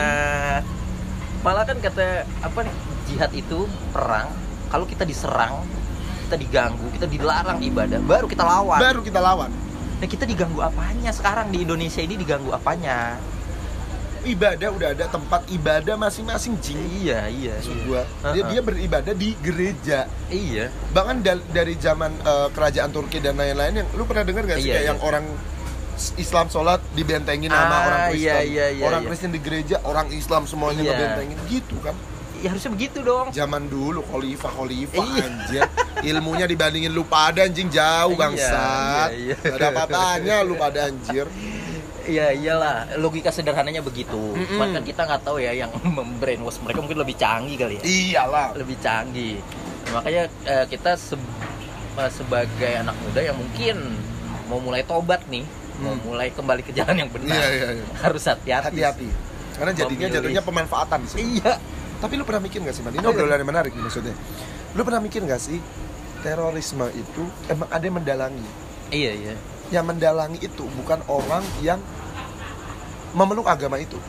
Malah kan kata apa nih? Jihad itu perang. Kalau kita diserang, kita diganggu, kita dilarang ibadah, baru kita lawan. Baru kita lawan. Nah, kita diganggu apanya sekarang di Indonesia ini, diganggu apanya? Ibadah udah ada tempat ibadah masing-masing, jing. Iya, iya, Maksud iya. gua, dia, Uh-uh. dia beribadah di gereja. Iya. Bahkan dal- dari zaman eh, kerajaan Turki dan lain-lain, yang lu pernah dengar nggak sih Iya, kayak iya. yang orang Islam sholat dibentengin sama Ah, orang Kristen, iya, iya, iya, orang iya. Kristen di gereja, orang Islam semuanya Iya. ngebentengin gitu kan? Ya harusnya begitu dong. Zaman dulu khalifah khalifah Iya. anjir, ilmunya dibandingin lu pada anjing jauh Iya, bangsat, iya, iya. gak ada apa-apanya lu pada anjir. Iya, iyalah, logika sederhananya begitu. Mm-mm. Cuman kan kita nggak tahu ya yang membrainwash mereka mungkin lebih canggih kali ya. Iyalah. Lebih canggih. Nah, makanya eh, kita se- eh, sebagai anak muda yang mungkin mau mulai tobat nih, mau Hmm. mulai kembali ke jalan yang benar, Iya, iya, iya. harus hati-hati. Hati-hati. Karena jadinya Memilih. jatuhnya pemanfaatan di sini. Iya. Tapi lu pernah mikir gak sih, Man? Ini obrolan yang menarik nih maksudnya. Lu pernah mikir gak sih, terorisme itu emang ada yang mendalangi? Iya, iya. Yang mendalangi itu bukan orang yang memeluk agama itu,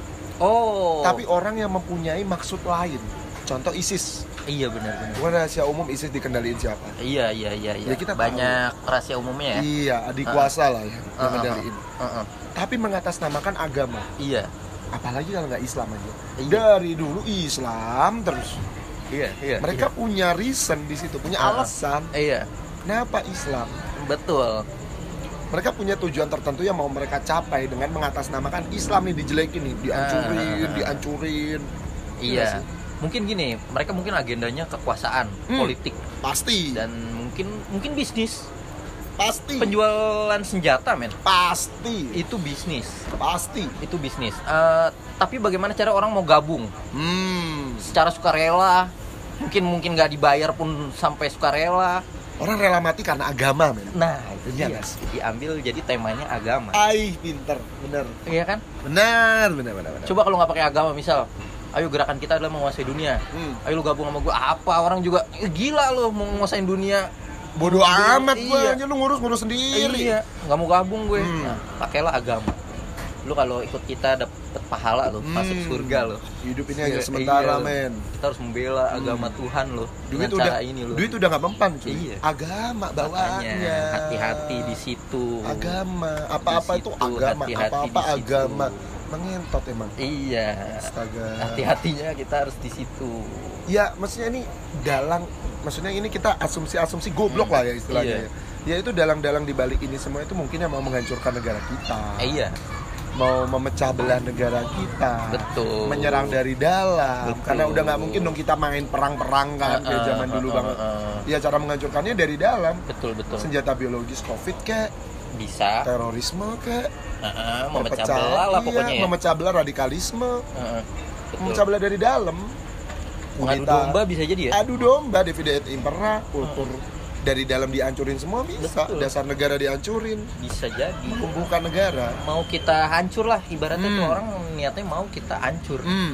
Oh. tapi orang yang mempunyai maksud lain. Contoh ISIS. Iya, benar-benar. Bukan rahasia umum ISIS dikendaliin siapa? Iya, iya, iya, iya. Ya, kita tahu. banyak rahasia umumnya ya. Iya, adik kuasa lah ya, yang Uh-uh. ngendaliin. Uh-uh. Tapi mengatasnamakan agama. Iya. Apalagi kalau nggak Islam aja. Iya. Dari dulu Islam terus. Iya, iya. Mereka punya reason di situ, punya Uh-uh. alasan. Iya, Kenapa Islam? betul. Mereka punya tujuan tertentu yang mau mereka capai dengan mengatasnamakan Islam nih, dijelekin nih, dihancurin, Ah. dihancurin. Iya. Mungkin gini, mereka mungkin agendanya kekuasaan, Hmm. politik, Pasti. dan mungkin mungkin bisnis. Pasti. Penjualan senjata, men. Pasti. Itu bisnis. Pasti. Itu bisnis. Eh, tapi bagaimana cara orang mau gabung Hmm. secara sukarela? Mungkin mungkin nggak dibayar pun sampai sukarela. Orang rela mati karena agama, men. Nah, itu Iya dia. nggak sih? Diambil jadi temanya agama. Aih, pinter. Bener. Iya kan? Benar, benar, benar, benar. Coba kalau nggak pakai agama, misal, ayo gerakan kita adalah menguasai dunia. Hmm. Ayo lu gabung sama gue. Apa orang juga "Eh, gila lu mau nguasain dunia. Bodoh amat gua Iya. aja, lu ngurus-ngurus sendiri. Iya, nggak mau gabung gue. Hmm. Nah, pakailah agama. Lu kalau ikut kita dapet pahala lo, Hmm. masuk surga lo. Hidup ini hanya Iya, sementara, iya. men. Kita harus membela agama Tuhan lo Duit dengan udah, cara ini lo. duit udah nggak mempan, cuy. Iya. Agama bawaannya. Makanya hati-hati di situ. Agama, apa-apa Di itu situ, agama, hati-hati apa-apa di situ. agama. Mengentot emang. Iya. Astaga. Hati-hatinya kita harus di situ. Ya, maksudnya ini dalang, maksudnya ini kita asumsi-asumsi goblok lah ya istilahnya. Iya. Ya itu dalang-dalang di balik ini semua itu mungkin yang mau menghancurkan negara kita. Eh, iya. Mau memecah belah negara kita. Betul. Menyerang dari dalam. Betul. Karena udah nggak mungkin dong kita main perang-perang kan kayak Uh-uh, zaman dulu uh-uh, banget. uh-uh. Ya cara menghancurkannya dari dalam. Betul, betul. Senjata biologis Covid kayak Bisa. terorisme kayak Heeh, memecah perpecahan, belah lah iya, pokoknya ya. memecah belah radikalisme, Heeh, betul. memecah belah dari dalam. Mengadu Kudeta, domba bisa jadi ya. adu domba, divide et impera, kultur dari dalam dihancurin semua bisa. Betul. Dasar negara dihancurin, Bisa jadi. menumbuhkan negara. Mau kita hancur lah, ibaratnya Hmm. tuh orang niatnya mau kita hancur. Hmm.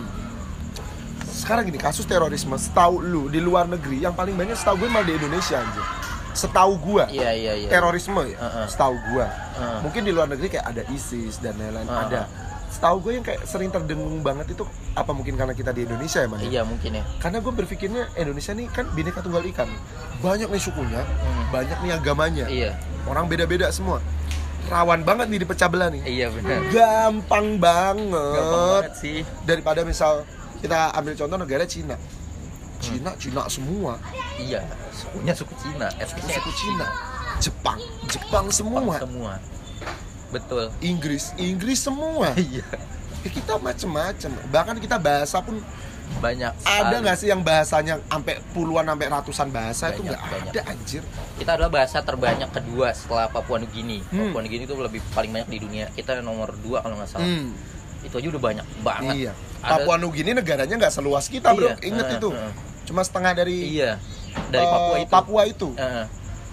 Sekarang gini, kasus terorisme setahu lu di luar negeri yang paling banyak setahu gue malah di Indonesia aja. Setahu gua. Iya, iya, iya. Terorisme ya, Uh-uh. setahu gua. Uh-uh. Mungkin di luar negeri kayak ada ISIS dan lain-lain Uh-uh. ada. setahu gue yang kayak sering terdengung banget itu apa mungkin karena kita di Indonesia ya, Man? Iya mungkin ya. Karena gue berpikirnya Indonesia nih kan bineka tunggal ika nih. Banyak nih sukunya, Hmm. banyak nih agamanya. Iya. Orang beda-beda semua. Rawan banget nih dipecah belah nih. Iya benar. Gampang banget. Gampang banget sih. Daripada misal kita ambil contoh negara Cina. Cina, Cina semua. Iya, sukunya suku Cina, etnisnya Suku etnis Cina. Jepang, Jepang semua. semua. Betul. Inggris, Inggris semua. Iya. Ya, kita macem-macem. Bahkan kita bahasa pun Banyak. ada sekali. nggak sih yang bahasanya sampai puluhan sampai ratusan bahasa itu Banyak, nggak banyak. ada anjir. Kita adalah bahasa terbanyak kedua setelah Papua Nugini. Hmm. Papua Nugini itu lebih paling banyak di dunia. Kita nomor dua kalau nggak salah. Hmm. Itu aja udah banyak banget. Iya. Ada- Papua Nugini negaranya nggak seluas kita, bro. Iya. Ingat Eh, itu. eh. Cuma setengah dari Iya. Dari eh, Papua itu. Papua itu. Eh,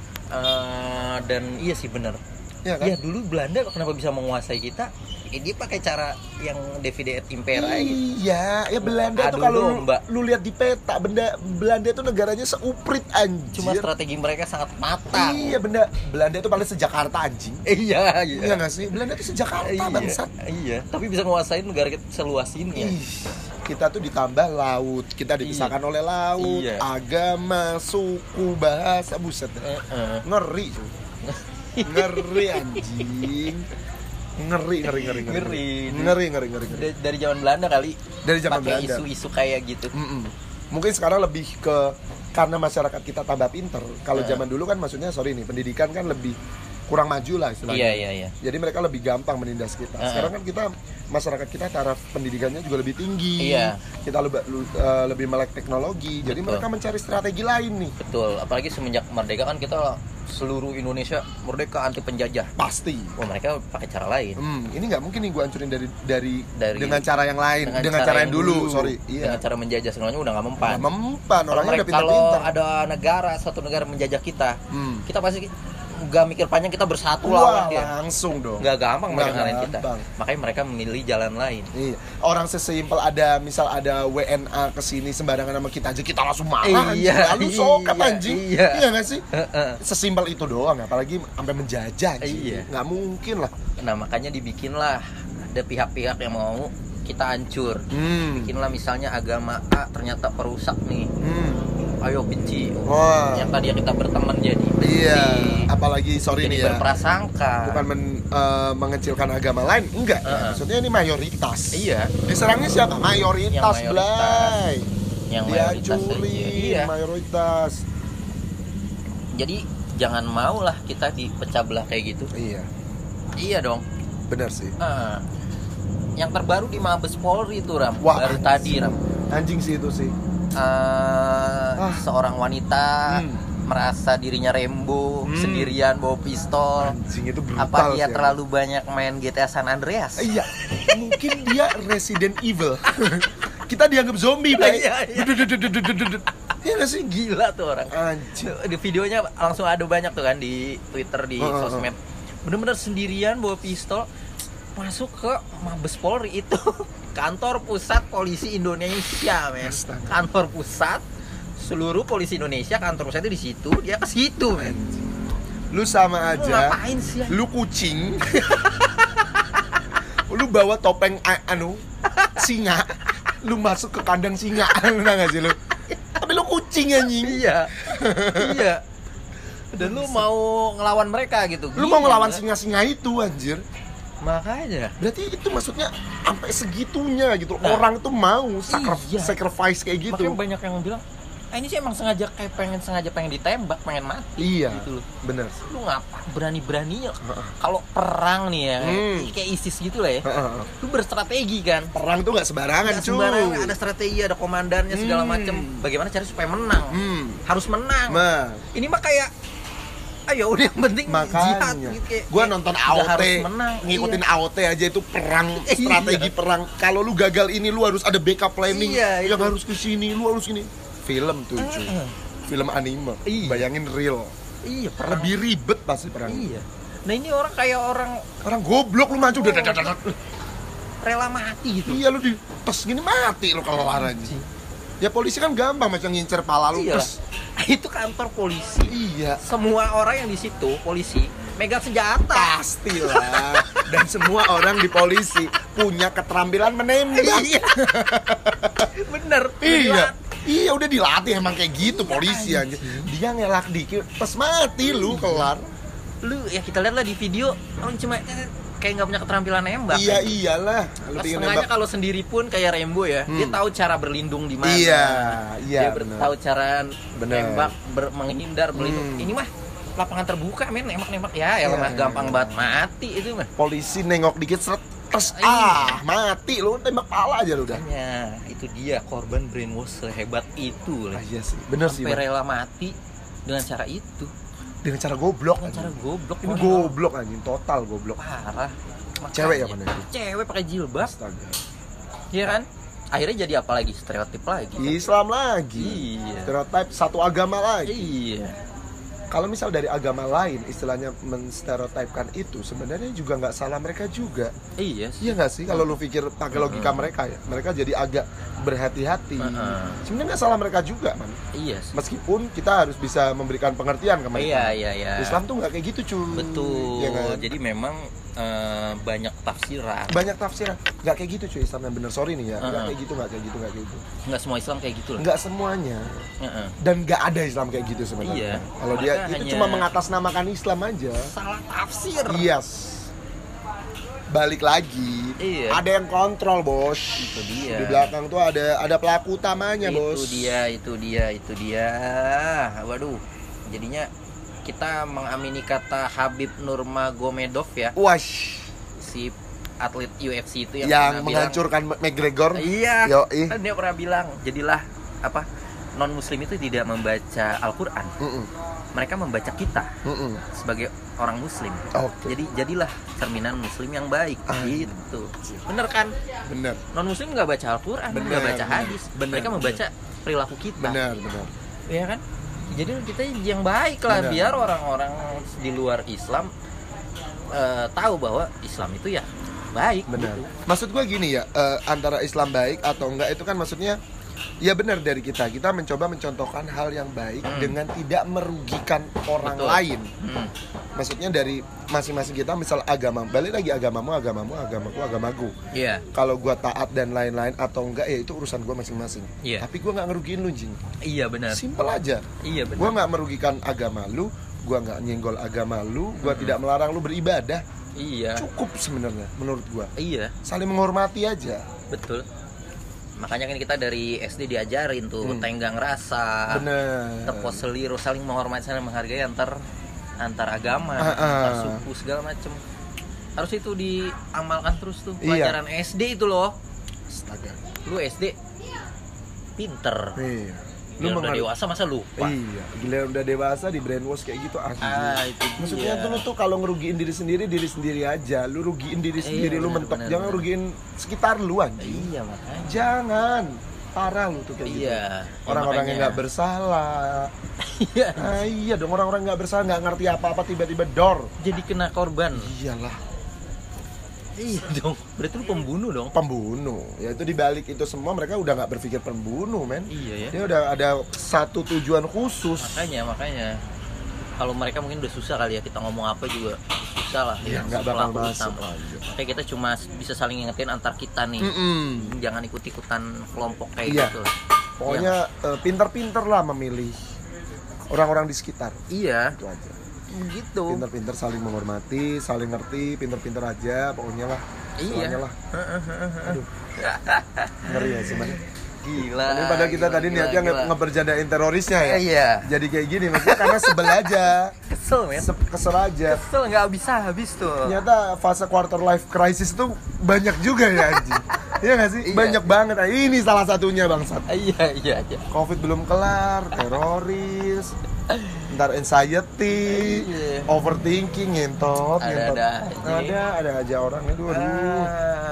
eh, dan iya sih benar. Iya kan? Ya dulu Belanda kenapa bisa menguasai kita? Ya, dia pakai cara yang Divide et Impera gitu. Iya, ya Belanda Adu tuh kalau lu, domba. lu lihat di peta, benda Belanda itu negaranya seuprit anjir. Cuma strategi mereka sangat matang. Iya, benda Belanda itu paling sejakarta anjing. Iya, Iya iya. nggak sih? Belanda itu sejakarta Iya, bangsat. iya. Tapi bisa menguasai negara kita seluas ini ya. Ih, kita tuh ditambah laut, kita dipisahkan oleh laut, Iya. agama, suku, bahasa, buset. Eh, eh. Ngeri cuy. Ngeri anjing. Ngeri, ngeri, ngeri, ngeri. Ngeri. Ngeri, ngeri, ngeri, ngeri. Dari, dari zaman Belanda kali. Dari zaman pakai Belanda. isu-isu kayak gitu. Mm-mm. Mungkin sekarang lebih ke karena masyarakat kita tambah pinter. Kalau Nah. zaman dulu kan maksudnya sorry nih, pendidikan kan lebih kurang maju lah istilahnya. Iya, iya, iya. Jadi mereka lebih gampang menindas kita. Uh-uh. Sekarang kan kita masyarakat kita taraf pendidikannya juga lebih tinggi. Iya. Kita lebih uh, lebih melek teknologi. Jadi Betul. mereka mencari strategi lain nih. Betul. Apalagi semenjak merdeka kan kita seluruh Indonesia merdeka anti penjajah. Pasti. Wah, mereka pakai cara lain. Hmm, ini nggak mungkin nih gue hancurin dari dari, Dari- dengan cara yang lain, dengan, cara, yang dulu. Sorry. Dengan Iya. cara menjajah semuanya udah nggak mempan. Nggak mempan. Kalau Orangnya udah mereka- kalau pintar-pintar. ada negara, satu negara menjajah kita, Hmm. kita pasti nggak mikir panjang, kita bersatu Wah, lawan dia. langsung dong. Nggak gampang mereka Nggak ngalahin kita. gampang. Makanya mereka memilih jalan lain. Iya. Orang sesimpel ada misal ada W N A kesini sembarangan sama kita aja kita langsung marah Iya, anjing. Lalu sokat iya, anjing. iya. Iya nggak sih? Heeh. Sesimpel itu doang, apalagi sampai menjajah anjing. Iya. Nggak mungkin lah. Nah makanya dibikinlah ada pihak-pihak yang mau kita hancur. Hmm. Bikinlah misalnya agama A ternyata perusak nih. Hmm. Ayo benci. Wah. Yang tadi kita berteman jadi benci. Iya. Apalagi sorry Jadi nih ya. berprasangka. Bukan men- eh, mengecilkan agama lain, enggak. Heeh. Maksudnya ini mayoritas. Iya. Diserangnya siapa? Mayoritas, Yang mayoritas. Blay. Yang mayoritas Dihancurin, aja. Iya. mayoritas. Jadi jangan mau lah kita dipecah belah kayak gitu. Iya, Iya dong. benar sih. Ah. Yang terbaru di Mabes Polri itu Ram. Wah, Baru anjing. tadi Ram. Anjing sih itu sih. Eh, Ah. Seorang wanita Hmm. merasa dirinya Rembo Hmm. sendirian bawa pistol. Anjing itu brutal Apa dia sih, terlalu banyak main G T A San Andreas? Iya, mungkin dia Resident Evil. Kita dianggap zombie, Blay. Iya, iya. Dudududududududud. Iya nggak sih? Gila tuh orang. Anjing. Di videonya langsung ada banyak tuh kan di Twitter, di Oh, oh, oh. sosmed. Bener-bener sendirian bawa pistol masuk ke Mabes Polri itu. Kantor Pusat Polisi Indonesia, men. Astaga. Kantor pusat seluruh polisi Indonesia, kantor pusat itu di situ, dia ke situ, men. Lu sama Lu aja. ngapain sih? Lu kucing. Lu bawa topeng a- anu singa. Lu masuk ke kandang singa. Lu nggak sih lu? Tapi lu kucing anjing. Iya. Iya. Dan lu mau ngelawan mereka gitu. Lu mau Gila, ngelawan kan? singa-singa itu anjir. Makanya. Berarti itu maksudnya sampai segitunya gitu. Nah. Orang tuh mau sakri- Iya. sacrifice kayak gitu. Makanya banyak yang bilang, ah ini sih emang sengaja kayak pengen sengaja pengen ditembak, pengen mati. Iya. Gitu loh. Bener. Lu ngapa berani-beraninya Heeh. kalau perang nih ya, Hmm. kayak ISIS gitu lah ya. Heeh. Lu berstrategi kan. Perang tuh nggak sembarangan, Nggak cuy. sembarangan, ada strategi, ada komandannya segala Hmm. macem. Bagaimana cara supaya menang? Hmm. Harus menang. Nah, Ini mah kayak ayo udah yang penting jihad makanya gitu, kayak- gua kayak nonton udah A O T, harus menang. ngikutin Iya. A O T aja itu perang, Iya. strategi perang. Kalau lu gagal ini lu harus ada backup planning. Iya, yang itu. harus ke sini, lu harus gini. Film tuh, cuy. Heeh. Film anime. Iya. Bayangin real. Iya, perang. Lebih ribet pasti perang. Iya. Nah ini orang kayak orang Orang goblok lu maju udah dadak dadak. rela mati gitu. Iya lu di tes gini mati lu kalau aja. Ya polisi kan gampang macam ngincer pala lu Iya. terus. Itu kantor polisi. Iya. Semua orang yang di situ polisi megang senjata. Pastilah. Dan semua orang di polisi punya keterampilan menembak. Iya. Bener. Iya. Iya udah dilatih emang kayak gitu polisi aja. Dia ngelak dikit, pas mati lu kelar. Lu ya kita lihat lah di video, orang cuma kayak nggak punya keterampilan nembak. Iya kan? Iyalah. Lu Nah, pengen setengahnya nembak. kalau sendiri pun kayak Rembo ya, Hmm. dia tahu cara berlindung di mana. Iya, iya. Dia ber- bener. tahu cara Bener. nembak, ber- menghindar, berlindung. Hmm. Ini mah lapangan terbuka men, nembak-nembak ya, ya Iya, mah iya, gampang iya. banget mati itu mah. Polisi nengok dikit seret, terus Iya. ah mati lu tembak pala aja lu udah. Makanya itu dia korban brainwash sehebat itu Ah, lah. iya sih, bener sih. Sampai Bang. rela mati dengan cara itu, Dengan cara goblok. dengan cara anjing. goblok. Ini konyol. goblok anjing, total goblok. Parah. Makanya, Cewek ya mana itu? Cewek pakai jilbab, Astaga. iya kan? Akhirnya jadi apa lagi? Stereotip lagi. Islam lagi. Iya. Stereotip satu agama lagi. Iya. Kalau misal dari agama lain istilahnya menstereotipkan itu sebenarnya juga nggak salah mereka juga. Iya sih. Iya nggak sih kalau lu pikir pakai logika Mm-mm. mereka ya, mereka jadi agak berhati-hati. Mm-mm. Sebenarnya nggak salah mereka juga man. Iya sih. Meskipun kita harus bisa memberikan pengertian ke mereka. Iya, iya, iya. Islam tuh nggak kayak gitu cuy. Betul. Ya kan? Jadi memang eh, banyak tafsiran. Banyak tafsiran. Nggak kayak gitu cuy Islam yang bener. Sorry nih ya. Nggak Uh-uh. kayak gitu, nggak kayak gitu, nggak kayak gitu. Nggak semua Islam kayak gitu lah. Nggak semuanya. Heeh. Dan nggak ada Islam kayak gitu sebenarnya. Iya. Kalau dia Mereka itu hanya- cuma mengatasnamakan Islam aja. Salah tafsir. Yes. Balik lagi. Iya. Ada yang kontrol, Bos. Itu dia. Di belakang tuh ada ada pelaku utamanya, itu Bos. dia, itu dia, itu dia. Waduh. Jadinya kita mengamini kata Habib Nurmagomedov ya, Wash. si atlet U F C itu yang, Yang, pernah menghancurkan McGregor. bilang, iya. Yoi. Kan dia pernah bilang, jadilah apa? Non muslim itu tidak membaca Al-Qur'an. Mm-mm. Mereka membaca kita Mm-mm. sebagai orang muslim. Oke. Jadi jadilah cerminan muslim yang baik Ah. gitu. Bener kan? Bener. Non muslim nggak baca Al-Qur'an, Bener, nggak baca bener. hadis. Bener, Mereka bener. membaca perilaku kita. Benar, benar. Iya kan? Jadi kita yang baik lah, Bener. biar orang-orang di luar Islam eh, tahu bahwa Islam itu ya baik. Benar. gitu. Maksud gua gini ya, eh, antara Islam baik atau enggak itu kan maksudnya ya benar dari kita. Kita mencoba mencontohkan hal yang baik Hmm. dengan tidak merugikan orang Betul. lain. Hmm. Maksudnya dari masing-masing kita, misal agama, balik lagi agamamu, agamamu, agamaku, agamaku. Iya. Kalau gua taat dan lain-lain atau enggak ya itu urusan gua masing-masing. Iya. Tapi gua nggak ngerugiin lu, Jing. Iya benar. Simple aja. Iya benar. Gua nggak merugikan agama lu, gua nggak nyenggol agama lu, gua Hmm. tidak melarang lu beribadah. Iya. Cukup sebenarnya menurut gua. Iya, Saling menghormati aja. betul. Makanya kan kita dari S D diajarin tuh Hmm. tenggang rasa, Bener. tepos seliru, saling menghormati, saling menghargai antar antar agama, Ah, ah. antar suku segala macem. Harus itu diamalkan terus tuh Iya. pelajaran S D itu loh. Astaga. Lu S D pinter. Iya. Lu Biar udah menghar- dewasa masa lupa. Iya, gila udah dewasa di brainwash kayak gitu anjing. Ah, itu dia. Maksudnya tuh lu tuh kalau ngerugiin diri sendiri, diri sendiri aja. Lu rugiin diri Iya, sendiri, lu bener, mentok. bener, Jangan bener. rugiin sekitar lu anjing. Iya makanya. Jangan. Parah lu tuh kayak gitu. Iya. Orang-orang yang nggak bersalah. Iya. Ah, iya dong, orang-orang nggak bersalah, nggak ngerti apa-apa tiba-tiba dor. Jadi kena korban. Iyalah, Iya dong. Berarti lu pembunuh dong. pembunuh. Ya itu dibalik itu semua mereka udah nggak berpikir pembunuh, men. Iya ya. Dia udah ada satu tujuan khusus. Makanya, makanya kalau mereka mungkin udah susah kali ya, kita ngomong apa juga susah lah. Iya, ya, nggak si bakal pelaku masuk utama. aja. Makanya kita cuma bisa saling ngingetin antar kita nih. Mm-mm. Jangan ikut-ikutan kelompok kayak Iya. gitu. Pokoknya eh, pinter-pinter lah memilih orang-orang di sekitar. Iya, Itu aja. gitu. Pinter-pinter saling menghormati, saling ngerti, pinter-pinter aja pokoknya lah. Iya. Semuanya lah. Aduh. Ngeri ya sebenarnya. Gila. Ini padahal kita gila, tadi gila, niatnya gila. nge- ngebercandain terorisnya ya. Iya. Jadi kayak gini maksudnya karena sebel aja. Kesel men. Se- kesel aja. Kesel nggak bisa habis tuh. Ternyata fase quarter life crisis tuh banyak juga ya anjing. Iya gak sih? Iya. Banyak banget. Ah, ini salah satunya bangsat. Iya, iya, iya. Covid belum kelar, teroris, ntar anxiety, Iya. overthinking, ngentot, ngentot. Ada-ada aja. Ada, ada aja orang. Aduh, aduh.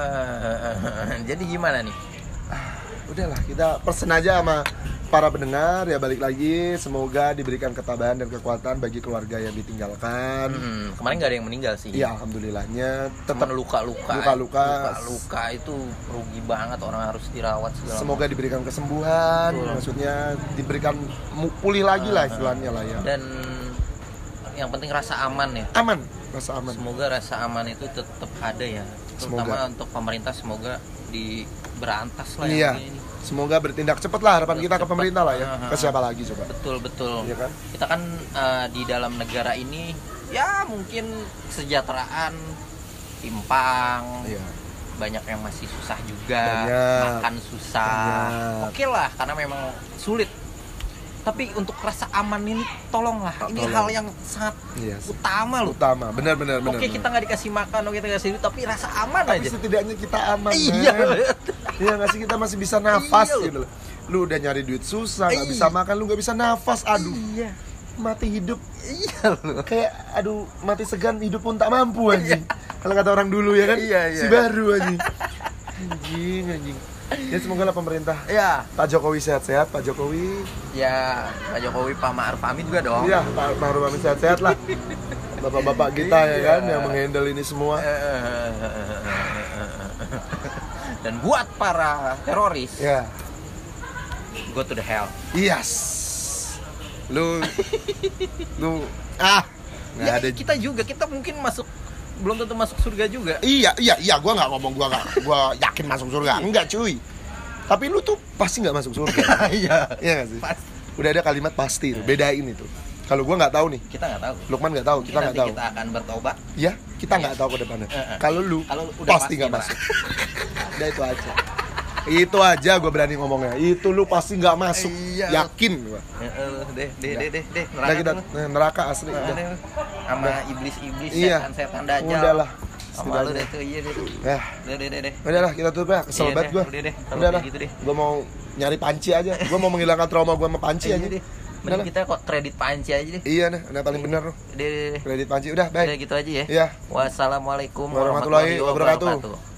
Ah, jadi gimana nih? Udahlah, kita pesen aja sama para pendengar ya, balik lagi, semoga diberikan ketabahan dan kekuatan bagi keluarga yang ditinggalkan. Hmm, kemarin nggak ada yang meninggal sih. Iya, alhamdulillahnya Tetap tetap luka-luka. Luka-luka. Luka-luka itu rugi banget, orang harus dirawat segala semoga diberikan kesembuhan, Betul. maksudnya diberikan mu- pulih lagi lah istilahnya lah ya. dan yang penting rasa aman ya. Aman, rasa aman. Semoga rasa aman itu tetap ada ya, terutama Semoga. untuk pemerintah, semoga di berantas lah Iya. yang ini. Semoga bertindak cepat lah, harapan kita ke Cepat. pemerintah lah ya. Ah, Ke siapa lagi coba? Betul betul. Iya kan? Kita kan eh, di dalam negara ini ya mungkin kesejahteraan timpang. Iya. Banyak yang masih susah juga, Banyak. makan susah. Banyak. Oke lah, karena memang sulit. Tapi untuk rasa aman ini tolonglah. Ini Tolong. hal yang sangat Iya sih. utama loh. Utama, benar benar benar. Oke, kita nggak dikasih makan, oke kita nggak kasih duit, tapi rasa aman Tapi aja. setidaknya kita aman. Iya. Man. Iya nggak sih, kita masih bisa nafas Iya. gitu loh. Lu udah nyari duit susah, nggak Iya. bisa makan, lu nggak bisa nafas. Aduh, Iya. mati hidup Iya loh. kayak aduh mati segan hidup pun tak mampu anjing. Kalau kata orang dulu ya kan, Iya, iya. si baru anjing. Anjing anjing. Ya semoga lah pemerintah Ya, Pak Jokowi sehat-sehat, Pak Jokowi. ya Pak Jokowi, Pak Ma'ruf Amin juga dong. Iya, Pak Ma'ruf Amin sehat-sehat lah. Bapak-bapak kita ya Iya. kan yang menghandle ini semua. Dan buat para teroris, Ya. go to the hell. Yes. Lu lu ah nggak Ya, ada. kita juga, kita mungkin masuk, belum tentu masuk surga juga. Iya, iya, iya, gua nggak ngomong gua nggak gua yakin masuk surga. Enggak, cuy. Tapi lu tuh pasti nggak masuk surga. Iya. Iya nggak sih? Pasti. Udah ada kalimat pasti tuh. Bedain itu. Kalau gua nggak tahu nih, Kita nggak tahu. Lukman nggak tahu, Mungkin kita nggak nanti tahu. kita akan bertobat. Ya, kita nggak tahu ke depannya. Eh, eh. Kalau lu Kalau udah pasti pasti, nggak Pak. masuk. Udah itu aja. Itu aja gue berani ngomongnya. Itu lu pasti nggak masuk. Iya. Yakin gua. Heeh, deh, deh, deh, deh, deh, Udah kita dulu. nah, neraka asli. Nah, Udah. deh. Sama iblis-iblis, Iya. setan-setan dajal. Udah lah. Sama lu deh tuh, iya deh tuh. Ya, Deh, deh, deh, deh. udah lah kita tutup ya. Kesel Iya banget deh, gue. udah deh, kalau Udah kayak lah. gitu deh. Gue mau nyari panci aja. Gue mau menghilangkan trauma gue sama panci Iya aja. deh. Udah Mending lah. kita kok kredit panci aja deh. Iya nih, udah paling bener. Deh, deh, deh. Kredit panci udah, Udah baik. gitu aja ya. Iya. Wassalamualaikum Warahmatullahi warahmatullahi wabarakatuh. wabarakatuh.